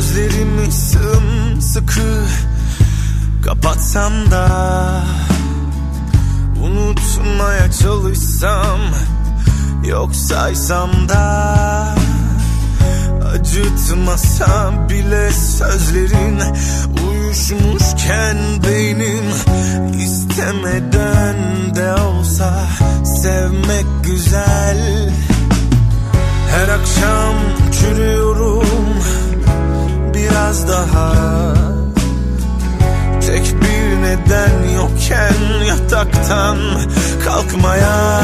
Gözlerimi sımsıkı kapatsam da, unutmaya çalışsam, yok saysam da, acıtmasa bile sözlerin uyuşmuşken beynim, istemeden de olsa sevmek güzel. Her akşam çürüyorum biraz daha, tek bir neden yokken yataktan kalkmaya.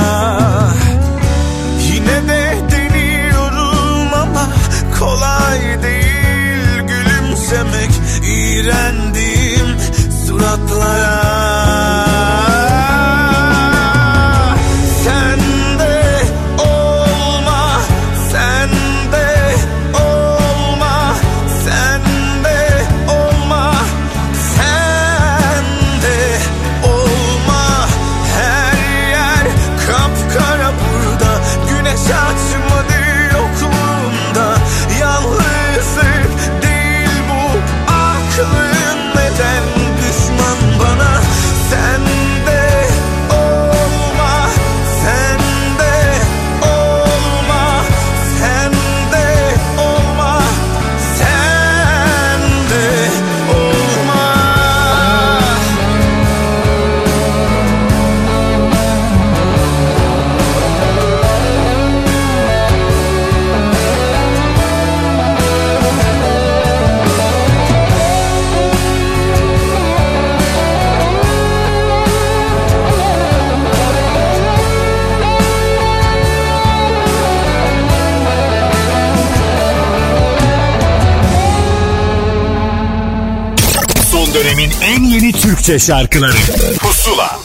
Yine de deniyorum ama kolay değil gülümsemek iğrendiğim suratlara. Sen de olma, sen de olma, sen de olma, sen de olma. Her yer kapkara burada, güneş açmadı yokluğumda. Yalnızlık değil bu, aklın neden düşman bana? Sen de olma, sen de olma, sen de olma, sen de olma. Son dönemin en yeni Türkçe şarkıları Pusula.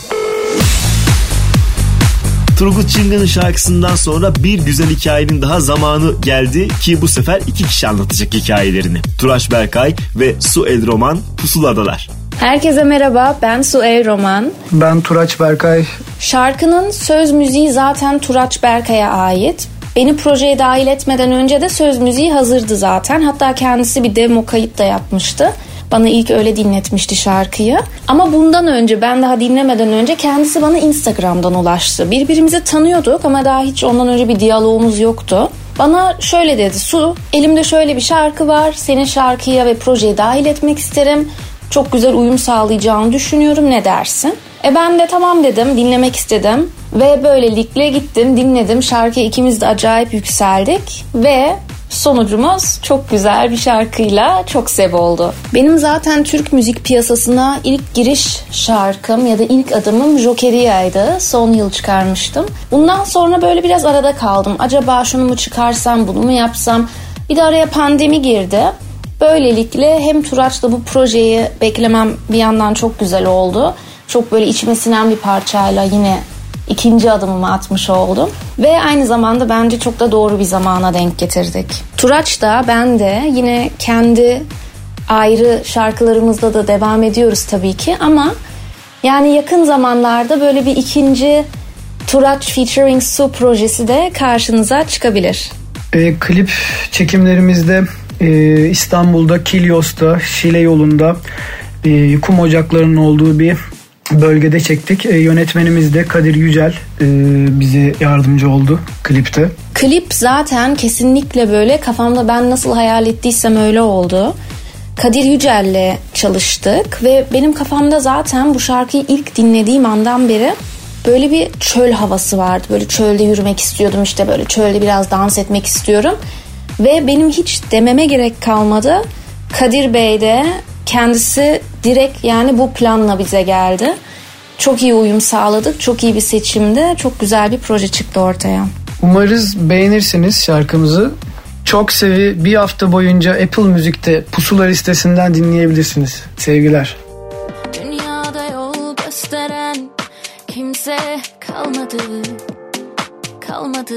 Turgut Çıngan'ın şarkısından sonra bir güzel hikayenin daha zamanı geldi ki bu sefer iki kişi anlatacak hikayelerini. Turaç Berkay ve Su El Roman Pusula'dalar. Herkese merhaba, ben Su El Roman. Ben Turaç Berkay. Şarkının söz müziği zaten Turaç Berkay'a ait. Beni projeye dahil etmeden önce de söz müziği hazırdı zaten. Hatta kendisi bir demo kayıt da yapmıştı. Bana ilk öyle dinletmişti şarkıyı. Ama bundan önce, ben daha dinlemeden önce kendisi bana Instagram'dan ulaştı. Birbirimizi tanıyorduk ama daha hiç ondan önce bir diyalogumuz yoktu. Bana şöyle dedi: Su, elimde şöyle bir şarkı var. Senin şarkıya ve projeye dahil etmek isterim. Çok güzel uyum sağlayacağını düşünüyorum, ne dersin? E ben de tamam dedim, dinlemek istedim. Ve böylelikle gittim, dinledim. Şarkıya ikimiz de acayip yükseldik. Ve sonucumuz çok güzel bir şarkıyla çok sev oldu. Benim zaten Türk müzik piyasasına ilk giriş şarkım ya da ilk adımım Jokeriya'ydı. Son yıl çıkarmıştım. Bundan sonra böyle biraz arada kaldım. Acaba şunu mu çıkarsam, bunu mu yapsam? Bir de araya pandemi girdi. Böylelikle hem Turaç'la bu projeyi beklemem bir yandan çok güzel oldu. Çok böyle içime sinen bir parçayla yine ikinci adımımı atmış oldum. Ve aynı zamanda bence çok da doğru bir zamana denk getirdik. Turaç da ben de yine kendi ayrı şarkılarımızda da devam ediyoruz tabii ki. Ama yani yakın zamanlarda böyle bir ikinci Turaç featuring Su projesi de karşınıza çıkabilir. E, klip çekimlerimizde e, İstanbul'da Kilyos'ta Şile yolunda e, kum ocaklarının olduğu bir bölgede çektik. E, yönetmenimiz de Kadir Yücel e, bize yardımcı oldu klipte. Klip zaten kesinlikle böyle kafamda ben nasıl hayal ettiysem öyle oldu. Kadir Yücel'le çalıştık ve benim kafamda zaten bu şarkıyı ilk dinlediğim andan beri böyle bir çöl havası vardı. Böyle çölde yürümek istiyordum, işte böyle çölde biraz dans etmek istiyorum. Ve benim hiç dememe gerek kalmadı. Kadir Bey de kendisi direkt yani bu planla bize geldi. Çok iyi uyum sağladık. Çok iyi bir seçimdi. Çok güzel bir proje çıktı ortaya. Umarız beğenirsiniz şarkımızı. Çok sevi bir hafta boyunca Apple Müzik'te Pusula listesinden dinleyebilirsiniz. Sevgiler. Dünyada yol gösteren kimse kalmadı. Kalmadı.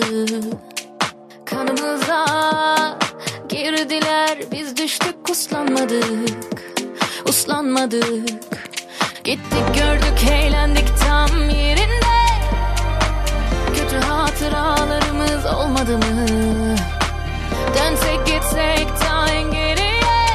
Kanımıza girdiler, biz düştük, uslanmadık. Uslanmadık. Gittik gördük eğlendik tam yerinde. Kötü hatıralarımız olmadı mı? Dönsek gitsek ta en geriye.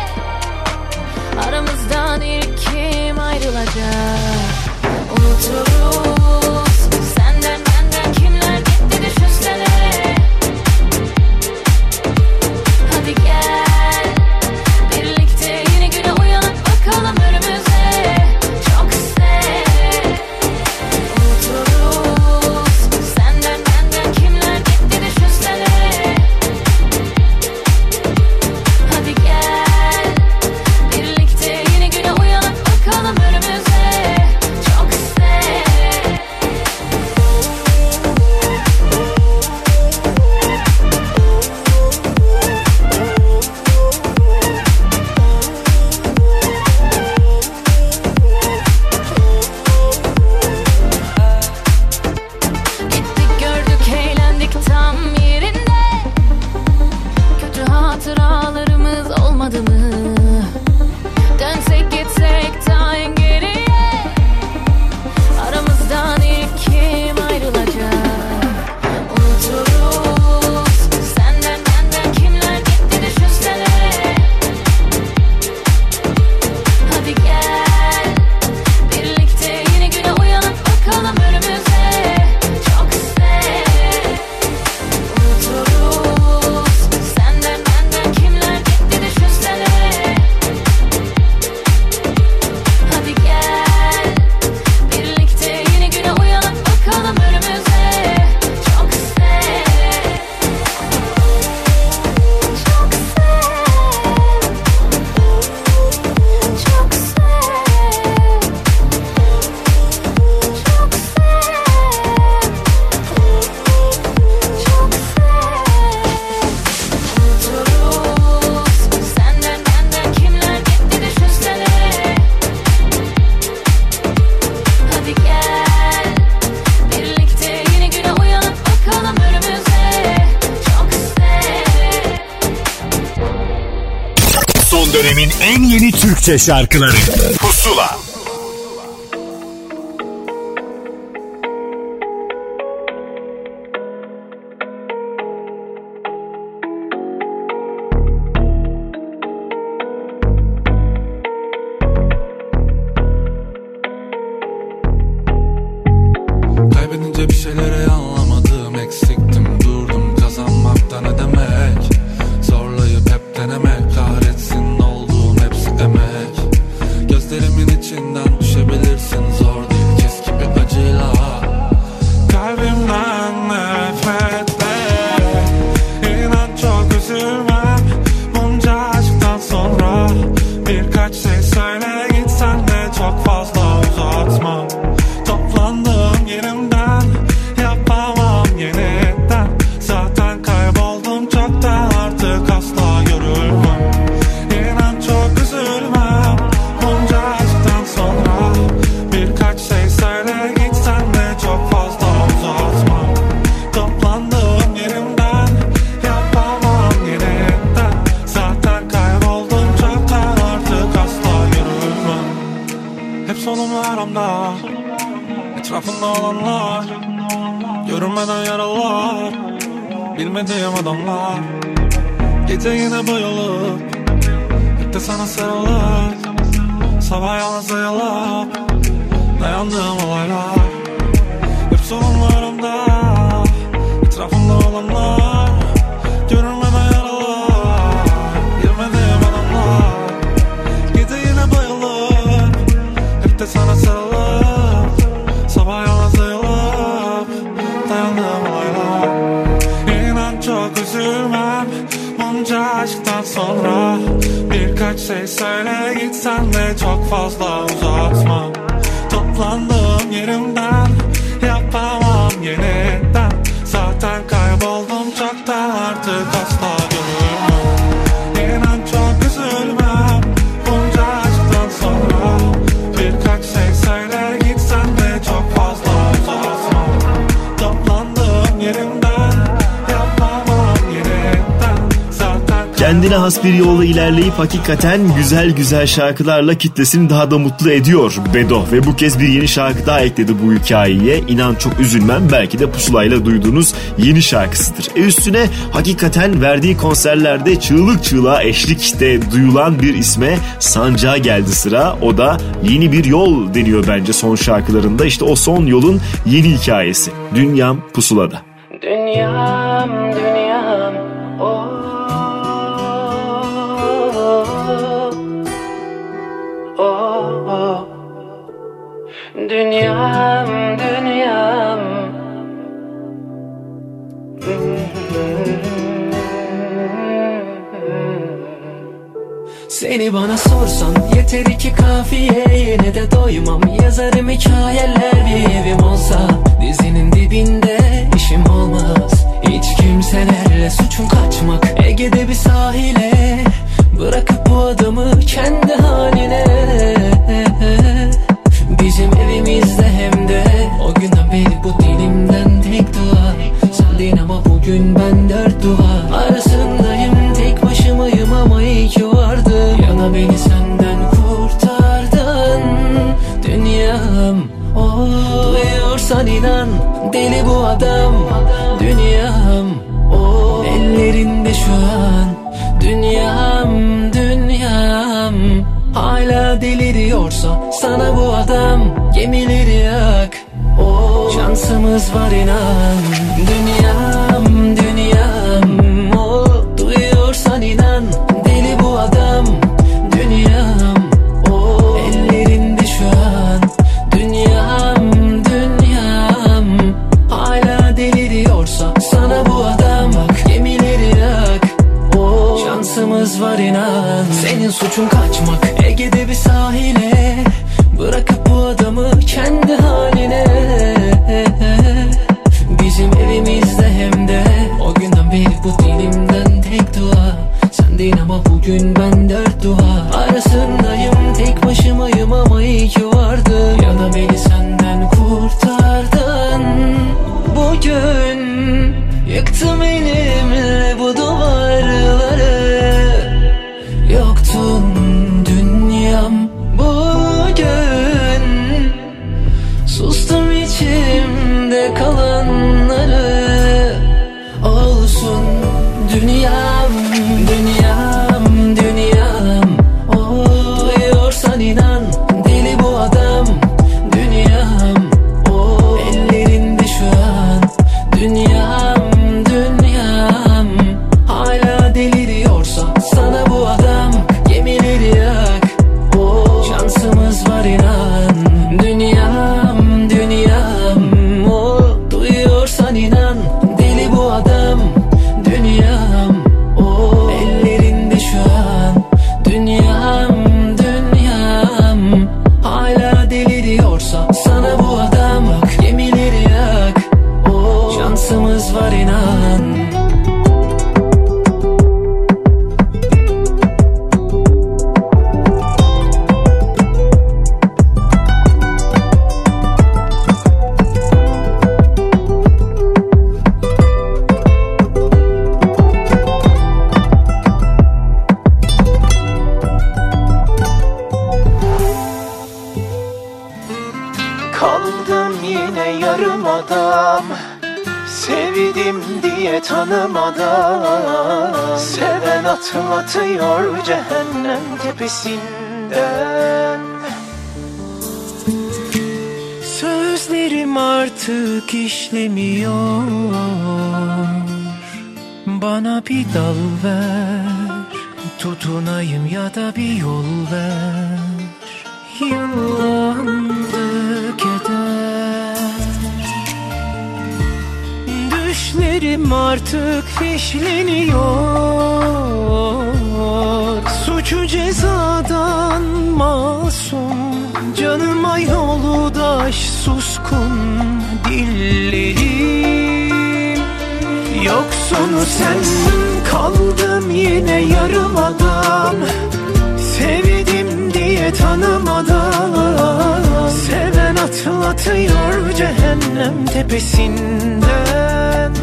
dönemin en yeni Türkçe şarkıları Pusula. Kaybedince bir şeyleri anlamadım, eksiktim, durdum, kazanmakta ne demek, zorlayıp hep denemek, kahretsin olduğum hepsi emek, gözlerimin içinden düşebilirsin, zor değil keskin bir acıyla, kalbimden nefretle, inan çok üzülmem, bunca aşktan sonra, birkaç şey söyle gitsen de çok fazla uzatma. Toplandığım yerimden yapamam yeniden, zaten kayboldum çoktan, artık asla görülmem. İnan çok üzülmem bunca aşktan sonra, birkaç şey söyle gitsen de çok fazla uzatma. Toplandığım yerimden yapamam yeniden, zaten kayboldum çoktan, artık asla görülmem. Hep solumlarımda etrafında olanlar, görünmeden yaralar, bilmediğim adamlar, gece yine bayılıp hep de sana sarılıp, sabah yalnız ayılıp dayandığım olaylar. Hep sorunlarımda etrafında olanlar, görünmeden yaralar, bilmediğim adamlar, gece yine bayılıp hep de sana sarılıp, sabah yalnız ayılıp dayandığım olaylar. İnan çok üzülmem bunca aşktan sonra, birkaç şey söyle gitsen de çok fazla uzatma. Toplandığım yerimden yapamam yeniden, zaten kayboldum çoktan, artık asla görülmem. İnan çok üzülmem bunca aşktan sonra, birkaç şey söyle gitsen de çok fazla uzatma. Toplandığım yerimden yapamam yeniden, zaten kendine has bir yolla ilerleyip hakikaten güzel güzel şarkılarla kitlesini daha da mutlu ediyor Bedo. Ve bu kez bir yeni şarkı daha ekledi bu hikayeye. İnan çok üzülmem belki de Pusula'yla duyduğunuz yeni şarkısıdır. E üstüne hakikaten verdiği konserlerde çığlık çığlığa eşlikte duyulan bir isme, Sancak'a geldi sıra. O da Yeni Bir Yol deniyor bence son şarkılarında. İşte o son yolun yeni hikayesi. Dünyam Pusula'da. Dünyam, dünyam, oh. Oh, oh. Dünyam, dünyam. Seni bana sorsan yeter iki kafiye, yine de doymam. Yazarım hikayeler, bir evim olsa dizinin dibinde işim olmaz. Hiç kimselerle suçum kaçmak, Ege'de bir sahile bırakıp bu adamı kendi haline. Bizim evimizde hem de o günden beri bu dilimden tek dua sendin, ama bugün ben dört duvar arasındayım. Tek başımayım ama iyi ki vardım, yana beni senden kurtardın. Dünyam, oh. Duyuyorsan inan, deli bu adam. Dünyam, oh. Ellerinde şu an. Dünyam, dünyam. Hala deliriyorsa sana bu adam, gemileri yak, oh. Şansımız var inan. Dünyam, dünyam, oh. Duyuyorsan inan, deli bu adam. Dünyam, oh. Ellerinde şu an. Dünyam, dünyam. Hala deliriyorsa sana bu adam, gemileri yak, oh. Şansımız var inan. Senin suçun kaçmak, Ege'de bir sahile bırakıp bu adamı kendi haline. Bizim evimizde hem de o günden beri bu dilimden tek dua sendin, ama bugün ben dört duvar arasındayım. Tek başımayım ama iyi ki vardım, ya da beni senden kurtardın. Bugün yıktım elimle bu duvarları, yoktun yine yarım adam. Sevdim diye tanımadan, seven atlatıyor cehennem tepesinden. Sözlerim artık işlemiyor, bana bir dal ver, tutunayım ya da bir yol ver. Yıllandı keder, düşlerim artık fişleniyor. Suçu cezadan masum, canıma yoldaş suskun dillerim. Yok sonu sen, kaldım yine yarım adam. Sevdim diye tanımadan, seven atlatıyor cehennem tepesinden.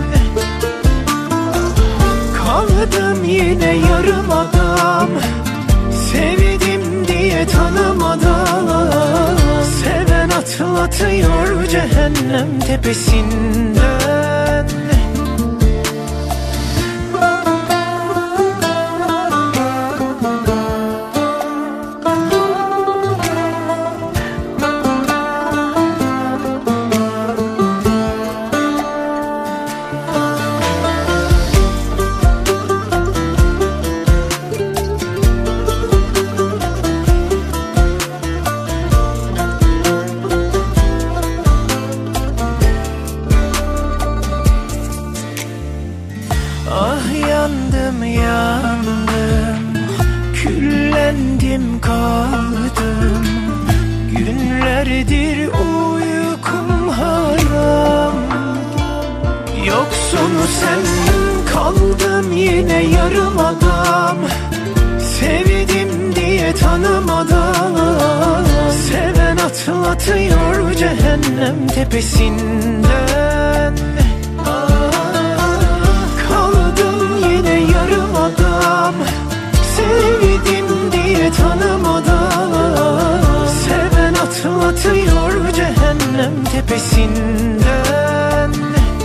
Kaldım yine yarım adam. Sevdim diye tanımadan, seven atlatıyor cehennem tepesinden. Atlatıyor cehennem tepesinden. Kaldım yine yarım adam. Sevdim diye tanımadan, seven atlatıyor cehennem tepesinden.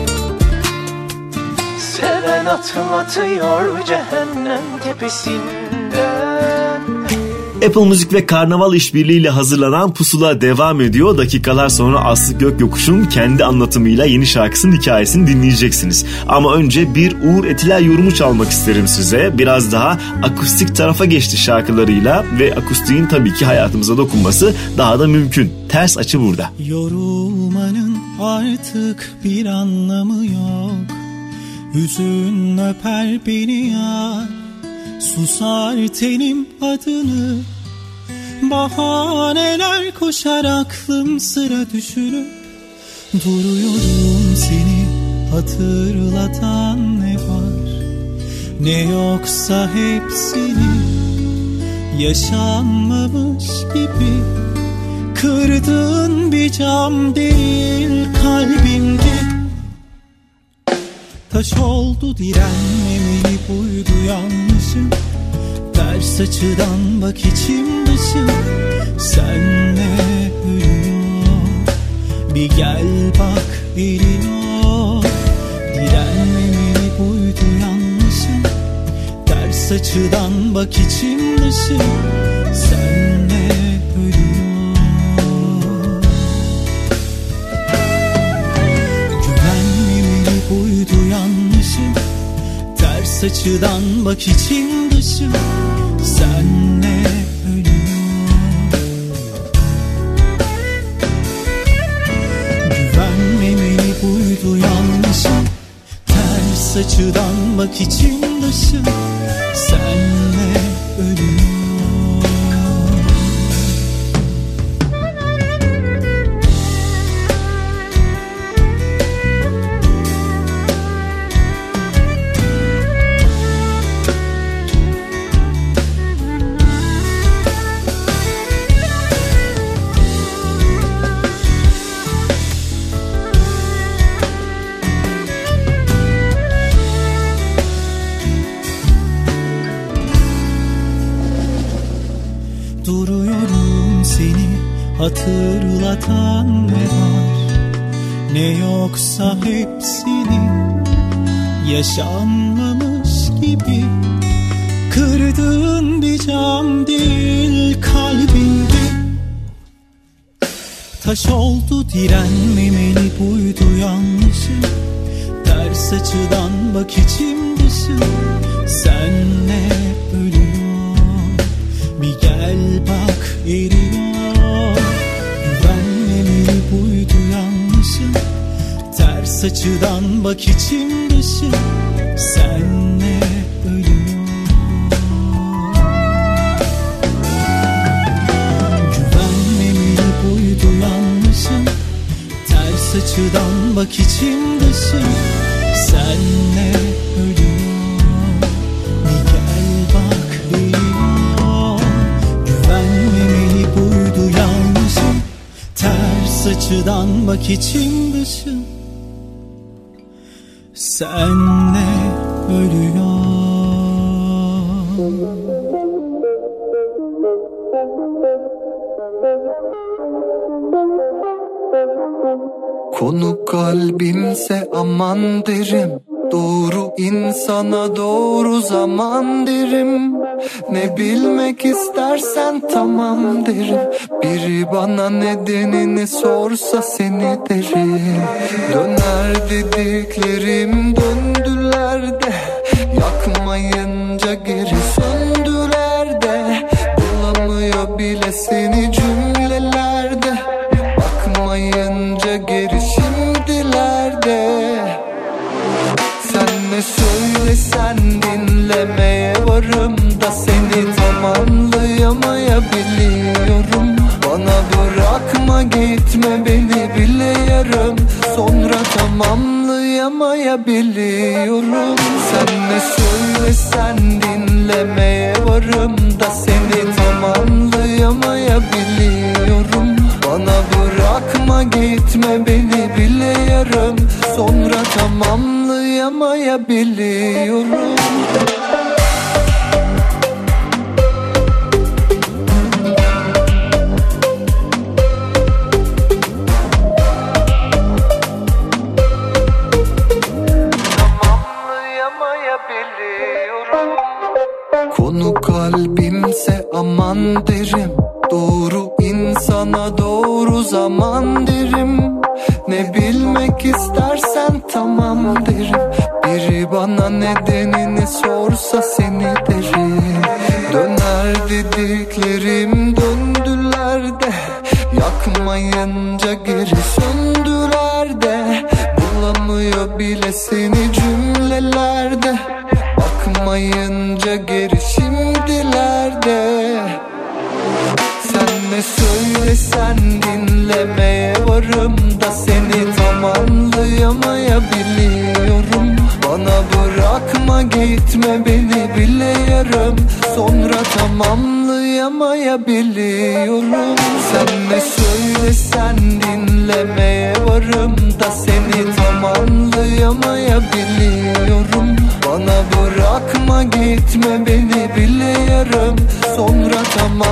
Seven atlatıyor cehennem tepesinden. Apple Müzik ve Karnaval işbirliğiyle hazırlanan Pusula devam ediyor. Dakikalar sonra Aslı Gökyokuş'un kendi anlatımıyla yeni şarkısının hikayesini dinleyeceksiniz. Ama önce bir Uğur Etiler yorumu çalmak isterim size. Biraz daha akustik tarafa geçti şarkılarıyla ve akustiğin tabii ki hayatımıza dokunması daha da mümkün. Ters açı burada. Yorulmanın artık bir anlamı yok. Hüzün öper beni yar. Susar tenim adını, bahaneler koşar aklım sıra düşünüp duruyorum. Seni hatırlatan ne var ne yoksa hepsini yaşanmamış gibi. Kırdığın bir cam değil kalbimde, taş oldu direnmemeli buydu yanlışım. Ters açıdan bak içim dışım, senle ölüyor. Bir gel bak elin o, direnmemeli buydu yanlışım. Ters açıdan bak içim dışım, senle ölüyor. Güvenmemeli buydu yanlışım. Ters açıdan bak içim dışım, senle ölüyor. Güvenmemeli buydu yanlışım. Ters açıdan bak içim dışım, senle ölüyor. Duruyorum seni hatırlatan ne var ne yoksa hepsini yaşanmamış gibi. Kırdığın bir cam değil kalbimdi. Taş oldu direnmemeli buydu yanlışım. Ters açıdan bak içim dışı. Senle ölüyor, bir gel bak eriyor. Güvenmemeli buydu yanlışım. Ters açıdan bak içim dışı. Senle ölüyor. Güvenmemeli buydu yanlışım. Ters açıdan bak içim dışı. Senle ölüyor, bir gel bak eriyor. Güvenmemeli buydu yanlışım. Ters açıdan bak içim dışı. Senle ölüyor. Konu kalbimse aman derim. Doğru insana doğru zaman derim. Ne bilmek istersen tamam derim. Biri bana nedenini sorsa seni derim. Döner dediklerim döndüler de, yakmayınca geri söndüler de. Bulamıyor bile seni cümlelerde, bakmayınca geri şimdilerde. Sen ne söylesen dinlemeye varım da seni tamamlayamayabiliyorum. Bana bırakma gitme beni bile yarım, sonra tamamlayamayabiliyorum. Sen ne söylesen dinlemeye varım da seni tamamlayamayabiliyorum. Bana bırakma gitme beni bile yarım, sonra tamamlayamayabiliyorum. Konu kalbimse aman derim. Doğru insana doğru zaman derim. Ne bilmek istersen tamam derim. Biri bana nedenini sorsa seni derim. Döner dediklerim döndüler de, yakmayınca geri söndüler de. Bulamıyor bile seni cümlelerde, bakmayınca geri şimdilerde. Sen ne söylesen dinlemeye varım da seni tamamlayamayabiliyorum. Bana bırakma gitme beni bile yarım, sonra tamamlayamayabiliyorum. Sen ne söylesen dinlemeye varım da seni tamamlayamayabiliyorum. Bana bırakma gitme beni bile yarım, sonra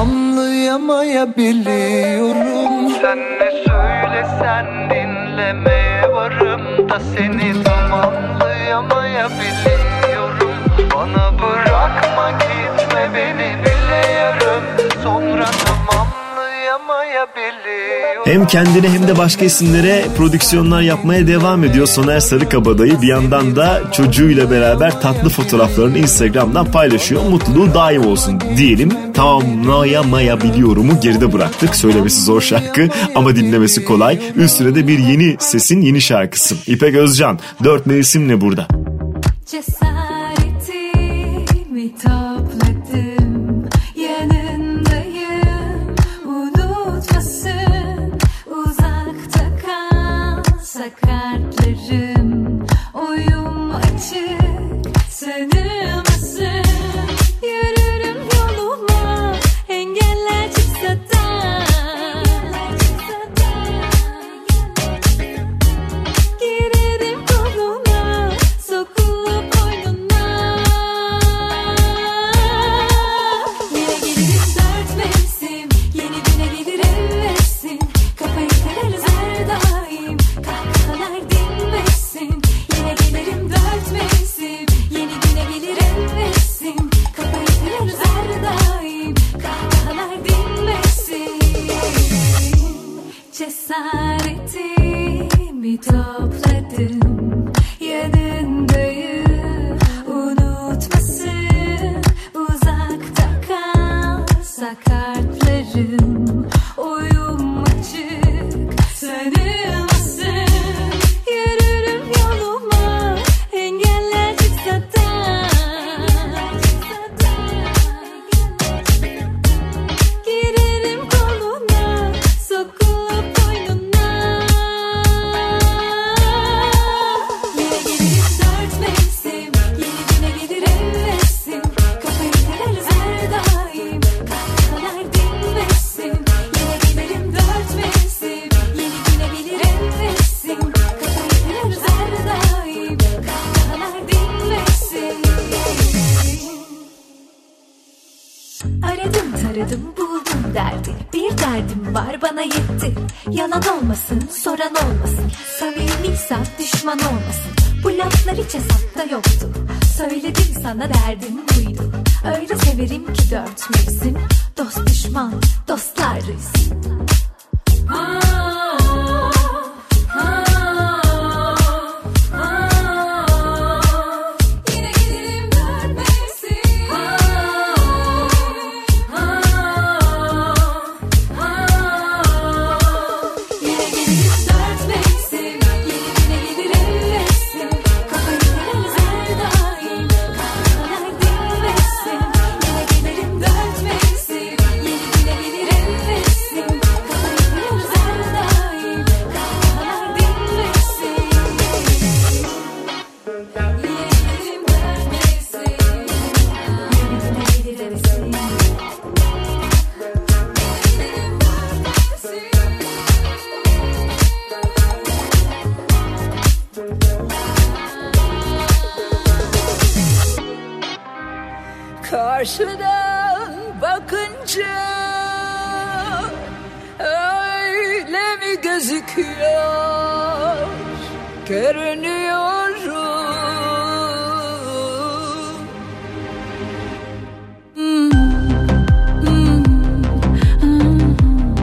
tamamlayamayabiliyorum. Sen ne söylesen dinlemeye varım da seni tamamlayamayabiliyorum. Bana bırakma gitme beni bile yarım, sonra tamamlayamayabiliyorum. Hem kendine hem de başka isimlere prodüksiyonlar yapmaya devam ediyor Soner Sarıkabadayı. Bir yandan da çocuğuyla beraber tatlı fotoğraflarını Instagram'dan paylaşıyor. Mutluluğu daim olsun diyelim. Tamamlayamayabiliyorumu geride bıraktık. Söylemesi zor şarkı ama dinlemesi kolay. Üstüne de bir yeni sesin yeni şarkısı. İpek Özcan, Dört Mevsim'le burada. Cesaretimi topladım, yanındayım, unutmasın. Uzakta kalsa kartlarım, oyum açık sanılmasın. Yürürüm yoluma, engeller çıksa da, girerim koluna, sokulup oynadım. topladım yanındayım. Unutmasın uzakta kalsa kalplerim. Oyum açık sanılmasın. Yürürüm yoluma engeller çıksa da. Girerim koluna sokulup boynuna. Yine gelirim dört mevsim, yeni güne gelir ellesim. Kafayı kırarız her daim, kahkahalar dinmesin. Yine gelirim dört mevsim, yeni güne gelir ellesim. Kafayı kırarız her daim, kahkahalar dinmesin. Aradım taradım buldum derdi. Bir derdim var bana yetti. Yalan olmasın soran olmasın. Samimiysen düşman olmasın. Bu laflar hiç hesapta yoktu. Söyledim sana derdim buydu. Öyle severim ki dört mevsim. Dost düşman dostlarız. Yine gelirim dört mevsim. Yine gelirim dört mevsim, yeni güne gelir ellesim. Kafayı kırarız her daim, kahkahalar dinmesin. Yine gelirim dört mevsim, yeni güne gelir ellesim. Kafayı kırarız her daim, kahkahalar dinmesin. Yine gelirim dört mevsim, yeni güne gelir ellesim. Karşıdan bakınca öyle mi gözüküyor? Görünüyorum. Hmm, hmm, hmm,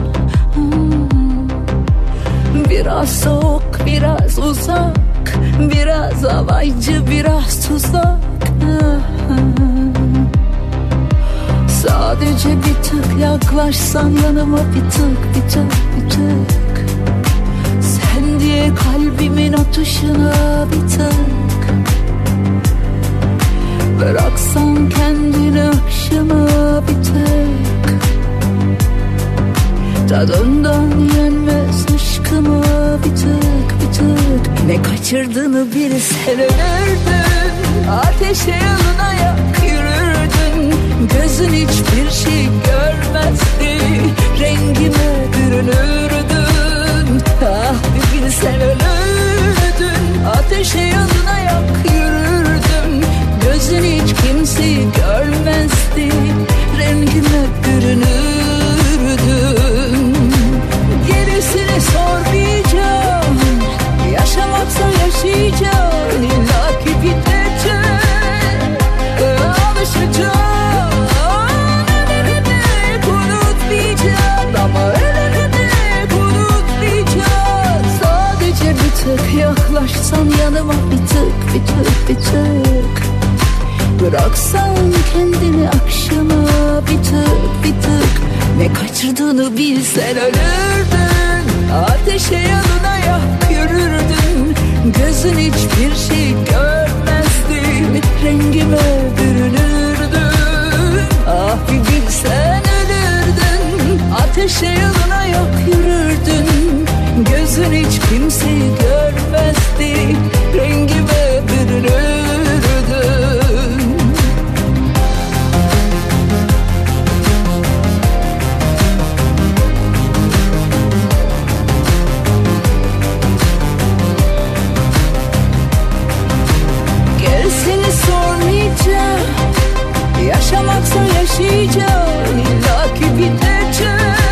hmm. Biraz soğuk, biraz uzak, biraz alaycı, biraz tuzak. Sadece bir tık yaklaşsan yanıma, bir tık, bir tık, bir tık. Sen diye kalbimin atışına bir tık. Bıraksan kendini akşama bir tık. Tadından yenmez aşkıma bir tık, bir tık. Ne kaçırdığını bilsen ölürdün. Ateşe yalına yak yürürdün. Gözün hiçbir şey görmezdi. Rengime bürünürdün. Ah bir bilsen ölürdün. Ateşe yalına yak yürürdün. Gözün hiç kimseyi görmezdi. Rengime bürünürdün. Gerisini sormayacağım. Yaşamaksa yaşayacağım. İlla ki bitecek. Alışacağım. Ölene unutmayacağım. Ama ölene unutmayacağım. Sadece bir tık yaklaşsan yanıma, bir tık, bir tık, bir tık. Bıraksan kendini akşama bir tık, bir tık. Ne kaçırdığını bilsen ölürdün. Ateşe yanına yak yürürdün. Gözün hiçbir şey görmezdi. Rengime bürünürdün. Ah bir bilsen ölürdün. Ateşe yanına yak yürürdün. Gözün hiç kimseyi görmezdi. Rengime bürünürdün. Gerisini sormayacağım. Yaşamaksa yaşayacağım. İlla ki bitecek.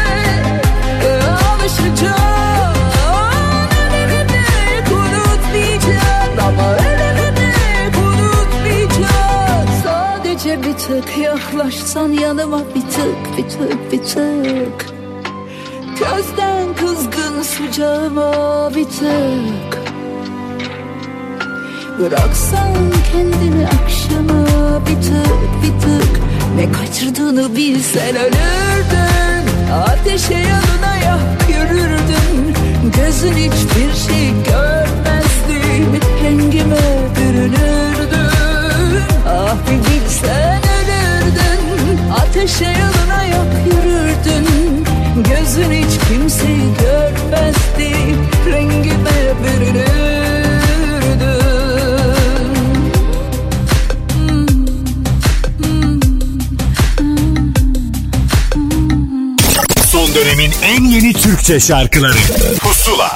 Alışacağım. Ölene unutmayacağım. Ama ölene unutmayacağım. Sadece bir tık yaklaşsan yanıma, bir tık, bir tık, bir tık. Közden kızgın sıcağıma bir tık. Bıraksan kendini akşama bir tık bir tık. Ne kaçırdığını bilsen ölürdün. Ateşe yanına yak yürürdün. Gözün hiçbir şey görmezdi. Rengime bürünürdün. Ah bir bilsen ölürdün. Ateşe yanına yak yürürdün. Gözün hiç kimseyi görmezdi. Rengime bürünürdün. Son dönemin en yeni Türkçe şarkıları Pusula.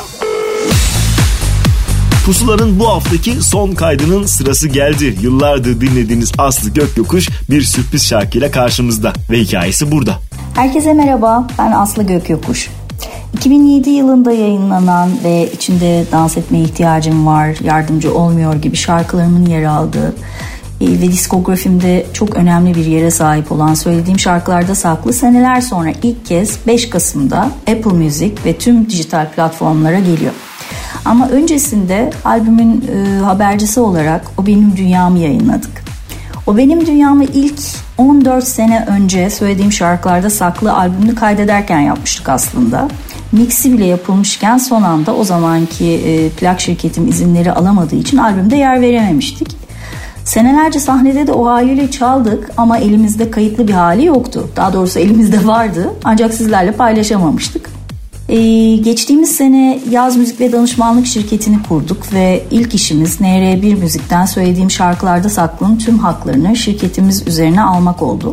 Pusula'nın bu haftaki son kaydının sırası geldi. Yıllardır dinlediğiniz Aslı Gökyokuş bir sürpriz şarkıyla karşımızda ve hikayesi burada. Herkese merhaba, ben Aslı Gökyokuş. iki bin yedi yılında yayınlanan ve içinde Dans Etmeye İhtiyacım Var, Yardımcı Olmuyor gibi şarkılarımın yer aldığı ve diskografimde çok önemli bir yere sahip olan Söylediğim Şarkılarda Saklı seneler sonra ilk kez beş Kasım'da Apple Music ve tüm dijital platformlara geliyor. Ama öncesinde albümün e, habercisi olarak O Benim Dünyamı yayınladık. O Benim Dünyamı ilk on dört sene önce Söylediğim Şarkılarda Saklı albümünü kaydederken yapmıştık aslında. Mixi bile yapılmışken son anda o zamanki e, plak şirketim izinleri alamadığı için albümde yer verememiştik. Senelerce sahnede de o haliyle çaldık ama elimizde kayıtlı bir hali yoktu. Daha doğrusu elimizde vardı ancak sizlerle paylaşamamıştık. Ee, geçtiğimiz sene Yaz Müzik ve Danışmanlık şirketini kurduk ve ilk işimiz N R bir Müzik'ten Söylediğim Şarkılarda Saklı'nın tüm haklarını şirketimiz üzerine almak oldu.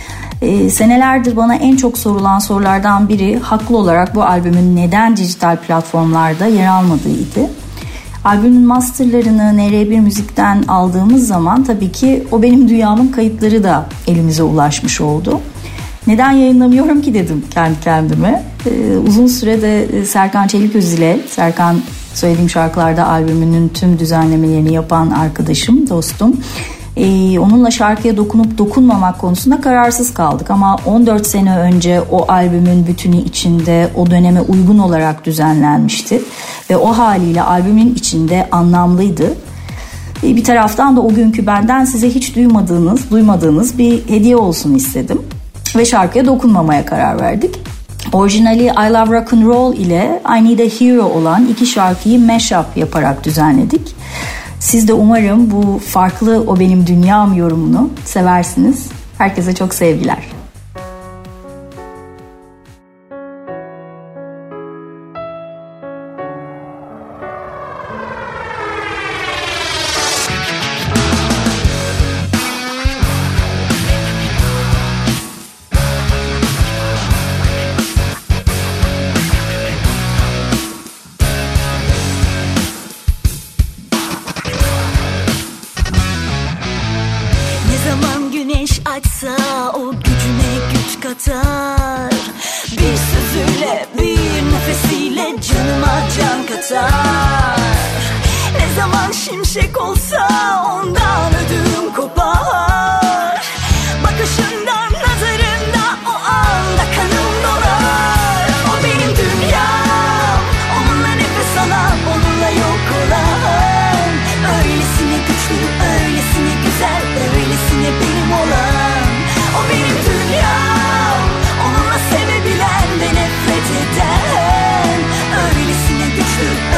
Ee, senelerdir bana en çok sorulan sorulardan biri haklı olarak bu albümün neden dijital platformlarda yer almadığıydı. Albümün masterlarını N R bir Müzik'ten aldığımız zaman tabii ki O Benim Dünyamın kayıtları da elimize ulaşmış oldu. Neden yayınlamıyorum ki dedim kendi kendime. Ee, uzun sürede Serkan Çeliköz ile, Serkan Söylediğim Şarkılarda albümünün tüm düzenlemelerini yapan arkadaşım, dostum. Ee, onunla şarkıya dokunup dokunmamak konusunda kararsız kaldık. Ama on dört sene önce o albümün bütünü içinde o döneme uygun olarak düzenlenmişti. Ve o haliyle albümün içinde anlamlıydı. Ee, bir taraftan da o günkü benden size hiç duymadığınız, duymadığınız bir hediye olsun istedim. Ve şarkıya dokunmamaya karar verdik. Orijinali I Love Rock and Roll ile I Need a Hero olan iki şarkıyı mashup yaparak düzenledik. Siz de umarım bu farklı O Benim Dünyam yorumunu seversiniz. Herkese çok sevgiler.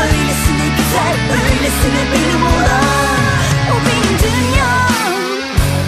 Öylesine benim olan o benim dünyam.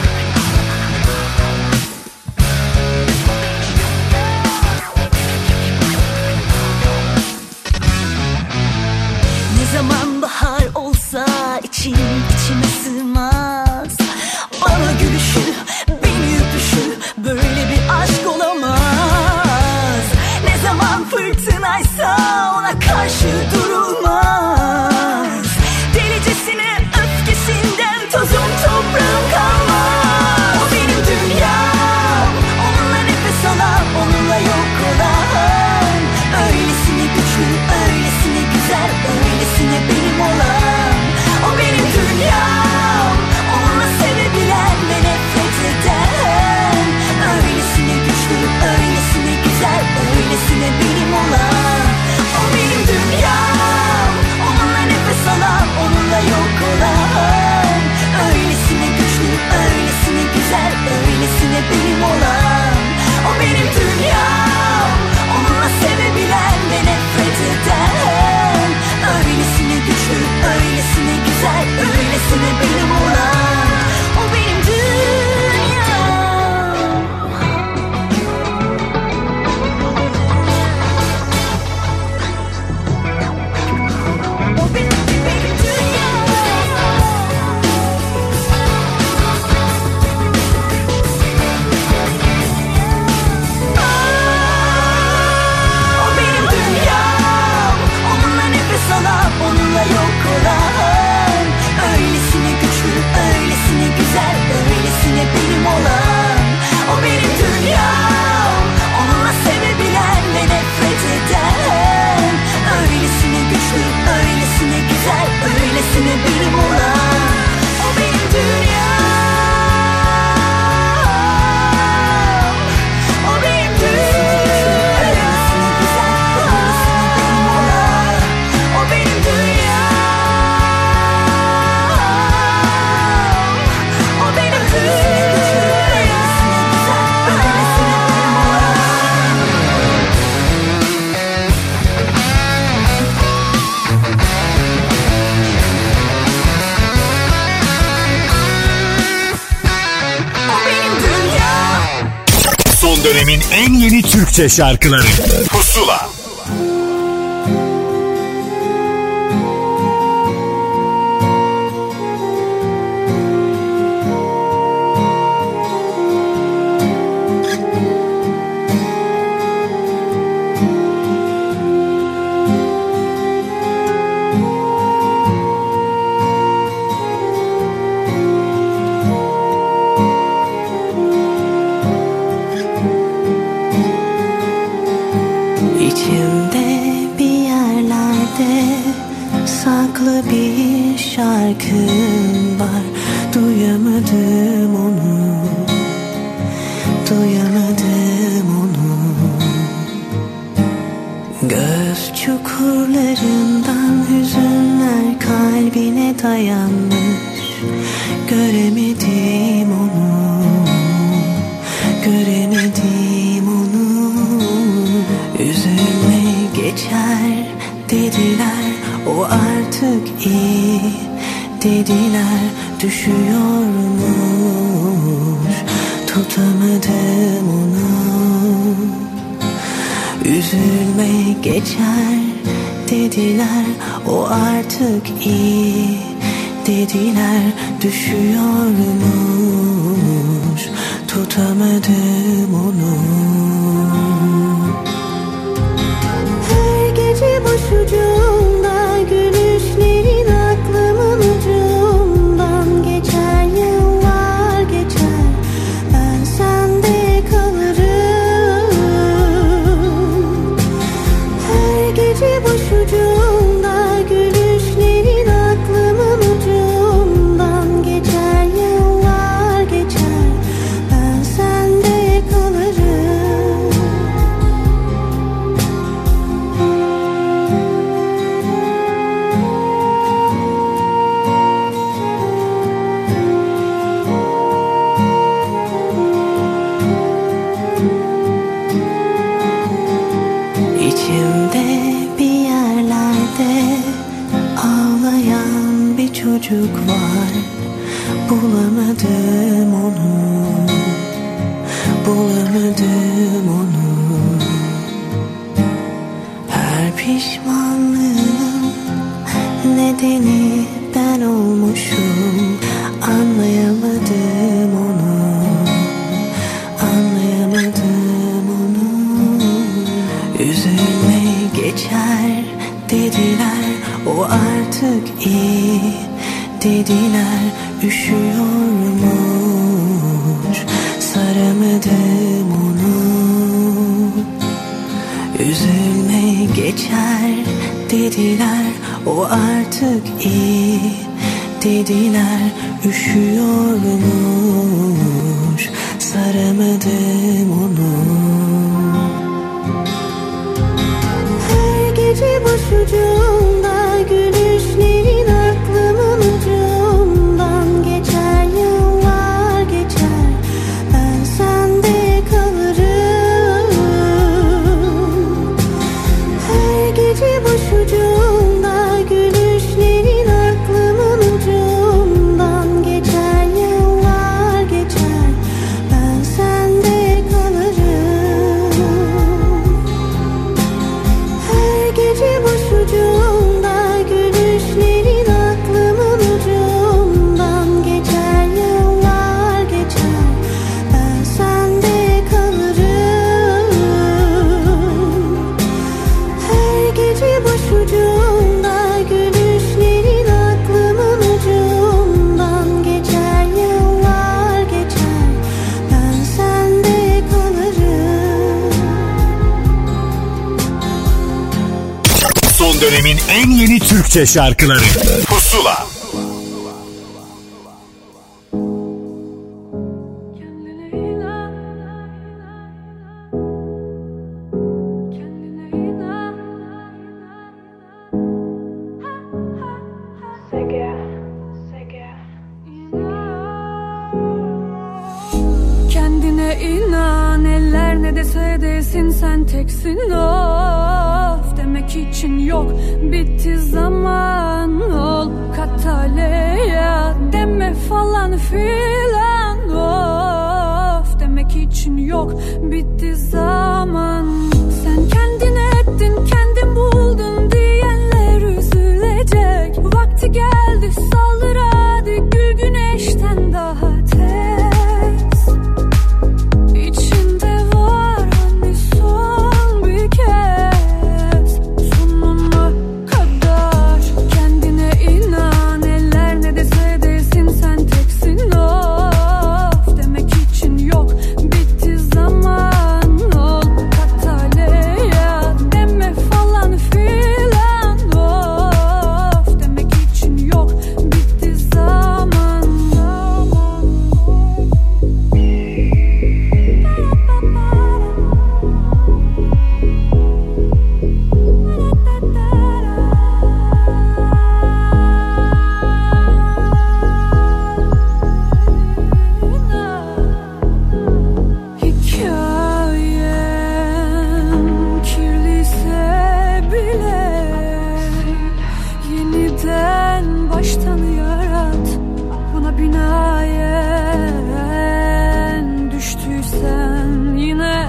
dönemin en yeni Türkçe şarkıları Pusula. Bir şarkım var, duyamadım onu, duyamadım onu. Göz çukurlarından hüzünler kalbine dayanmış, göremedim onu, göremedim onu. Üzülme geçer dediler, o artık iyi dediler, düşüyormuş, tutamadım onu. Üzülme geçer dediler, o artık iyi dediler, düşüyormuş, tutamadım onu. Her gece başucumda gülüşlerin aklımın ucundan geçer, yıllar geçer, ben sende kalırım. Her gece başucumda gülüşlerin aklımın ucundan geçer, yıllar geçer, ben sende kalırım. İçimde bir yerlerde ağlayan bir çocuk var, bulamadım onu, bulamadım onu. Her pişmanlığın nedeni ben olmuşum, anlayamadım onu, anlayamadım onu. Üzülme geçer dediler, o artık iyi dediler, üşüyormuş, saramadım onu. Üzülme geçer dediler, o artık iyi dediler, üşüyormuş, saramadım onu. Her gece başucumda gülüşlerin aklımın ucundan geçer, yıllar geçer, ben sende kalırım. Her gece başucumda gülüşlerin aklımın ucundan geçer, yıllar geçer, ben sende kalırım. Her gece başucumda gülüşlerin aklımın ucundan geçer, yıllar geçer, ben sende kalırım. Her gece başucumda gülüşlerin aklımın ucundan geçer, yıllar geçer, ben sende kalırım. Son dönemin en yeni Türkçe şarkıları Pusula. Kendine inan, eller ne dese desin, sen teksin, of demek için yok, bitti zaman, ol Katalya deme falan filan, of demek için yok, bitti zaman. Sen kendin ettin, kendin buldun diyenler üzülecek. Vakti geldi, saldır hadi, gül güneşten daha tez. İçinde var hani son bir kez. Sonuna kadar kendine inan, eller ne dese desin sen teksin. Of demek için yok, bitti zaman. Ol Katalya deme falan filan. Of demek için yok, bitti zaman. Hikayem kirliyse bile yeniden baştan yarat. Buna binaen düştüysen yine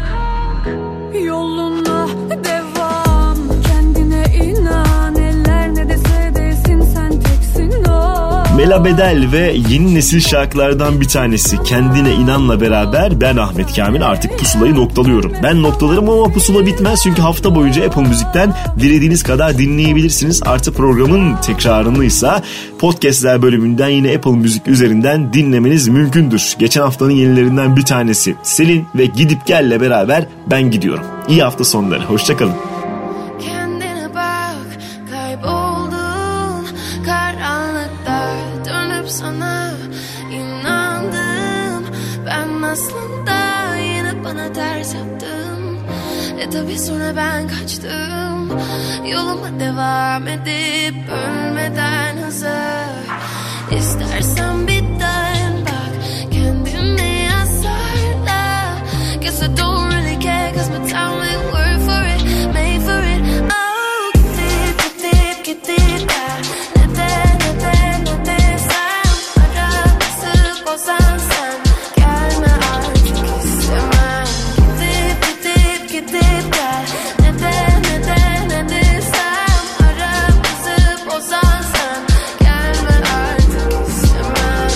yoluna devam. Kendine inan, eller ne dese desin sen teksin. O Mela Bedel ve yeni nesil şarkılardan bir tanesi Kendine İnan'la beraber ben Ahmet Kamil artık pusulayı noktalıyorum. Ben noktalarım ama pusula bitmez çünkü hafta boyunca Apple Müzik'ten dilediğiniz kadar dinleyebilirsiniz. Artı programın tekrarınıysa podcastler bölümünden yine Apple Müzik üzerinden dinlemeniz mümkündür. Geçen haftanın yenilerinden bir tanesi Selin ve Gidip Gel'le beraber Ben Gidiyorum. İyi hafta sonları, hoşçakalın. Kendine bak, kayboldun karanlıkta, dönüp sana inandım. Ben aslında yine bana ters yaptım. E tabi sonra ben kaçtım. Yoluma devam edip ölmeden hazır. İstersen bir dön bak, kendini yazarla. Guess I don't really care, cause my time ain't work for it, made for it. Oh, gidip gidip gidip gel. Neden neden neden sen aramızı bozan sen. Gelme artık istemem. Gidip gidip gidip gel. Neden neden neden sen aramızı bozan sen. Gelme artık istemem.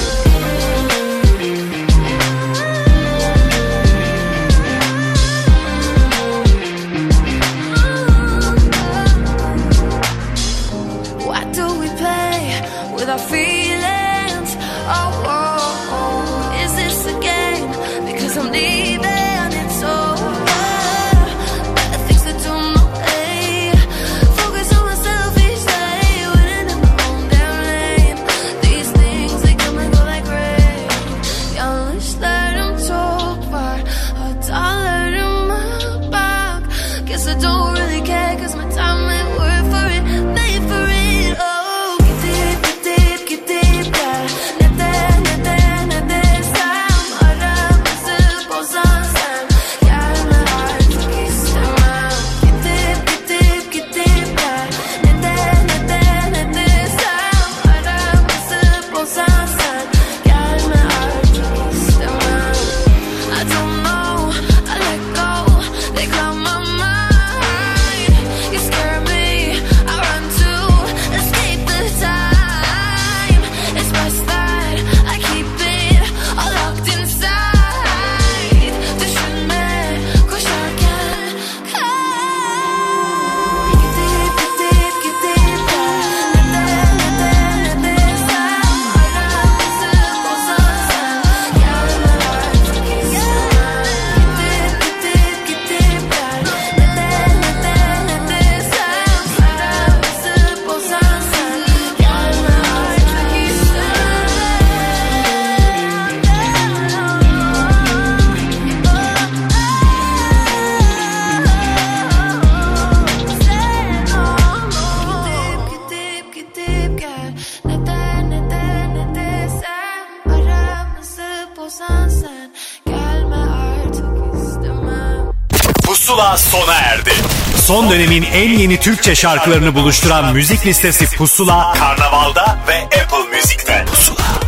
Why do we play with our feelings? Oh, oh, oh, is this a game? Because I'm leaving, it's over. Better things to do, no way. Focus on myself each day, winning in my own damn lane. These things, they come and go like rain. Yanlışlarım çok var, hatalarıma bak. Guess I don't really care, cause my time ain't worth for it, made for it. Oh, gidip gidip gidip gel. Neden neden neden sen aramızı bozan sen. Gelme artık istemem. Gidip gidip gidip gel. Neden neden neden sen aramızı bozan sen. Gelme artık istemem. I don't know, I let go, they cloud my mind. You scare me, I run to escape the time. It's best that I keep it all locked inside. Düşünme koşarken kay. Gidip gidip gidip gel. Neden neden neden sen aramızı bozan sen. Gelme artık istemem. Gidip gidip gidip gel. Neden neden neden sen aramızı bozan sen. Gelme artık Gidip gidip gel. Neden neden neden sen aramızı bozan sen. Gelme artık istemem. Pusula sona erdi. Son dönemin en yeni Türkçe şarkılarını buluşturan müzik listesi Pusula, Karnaval'da ve Apple Müzik'te. Pusula.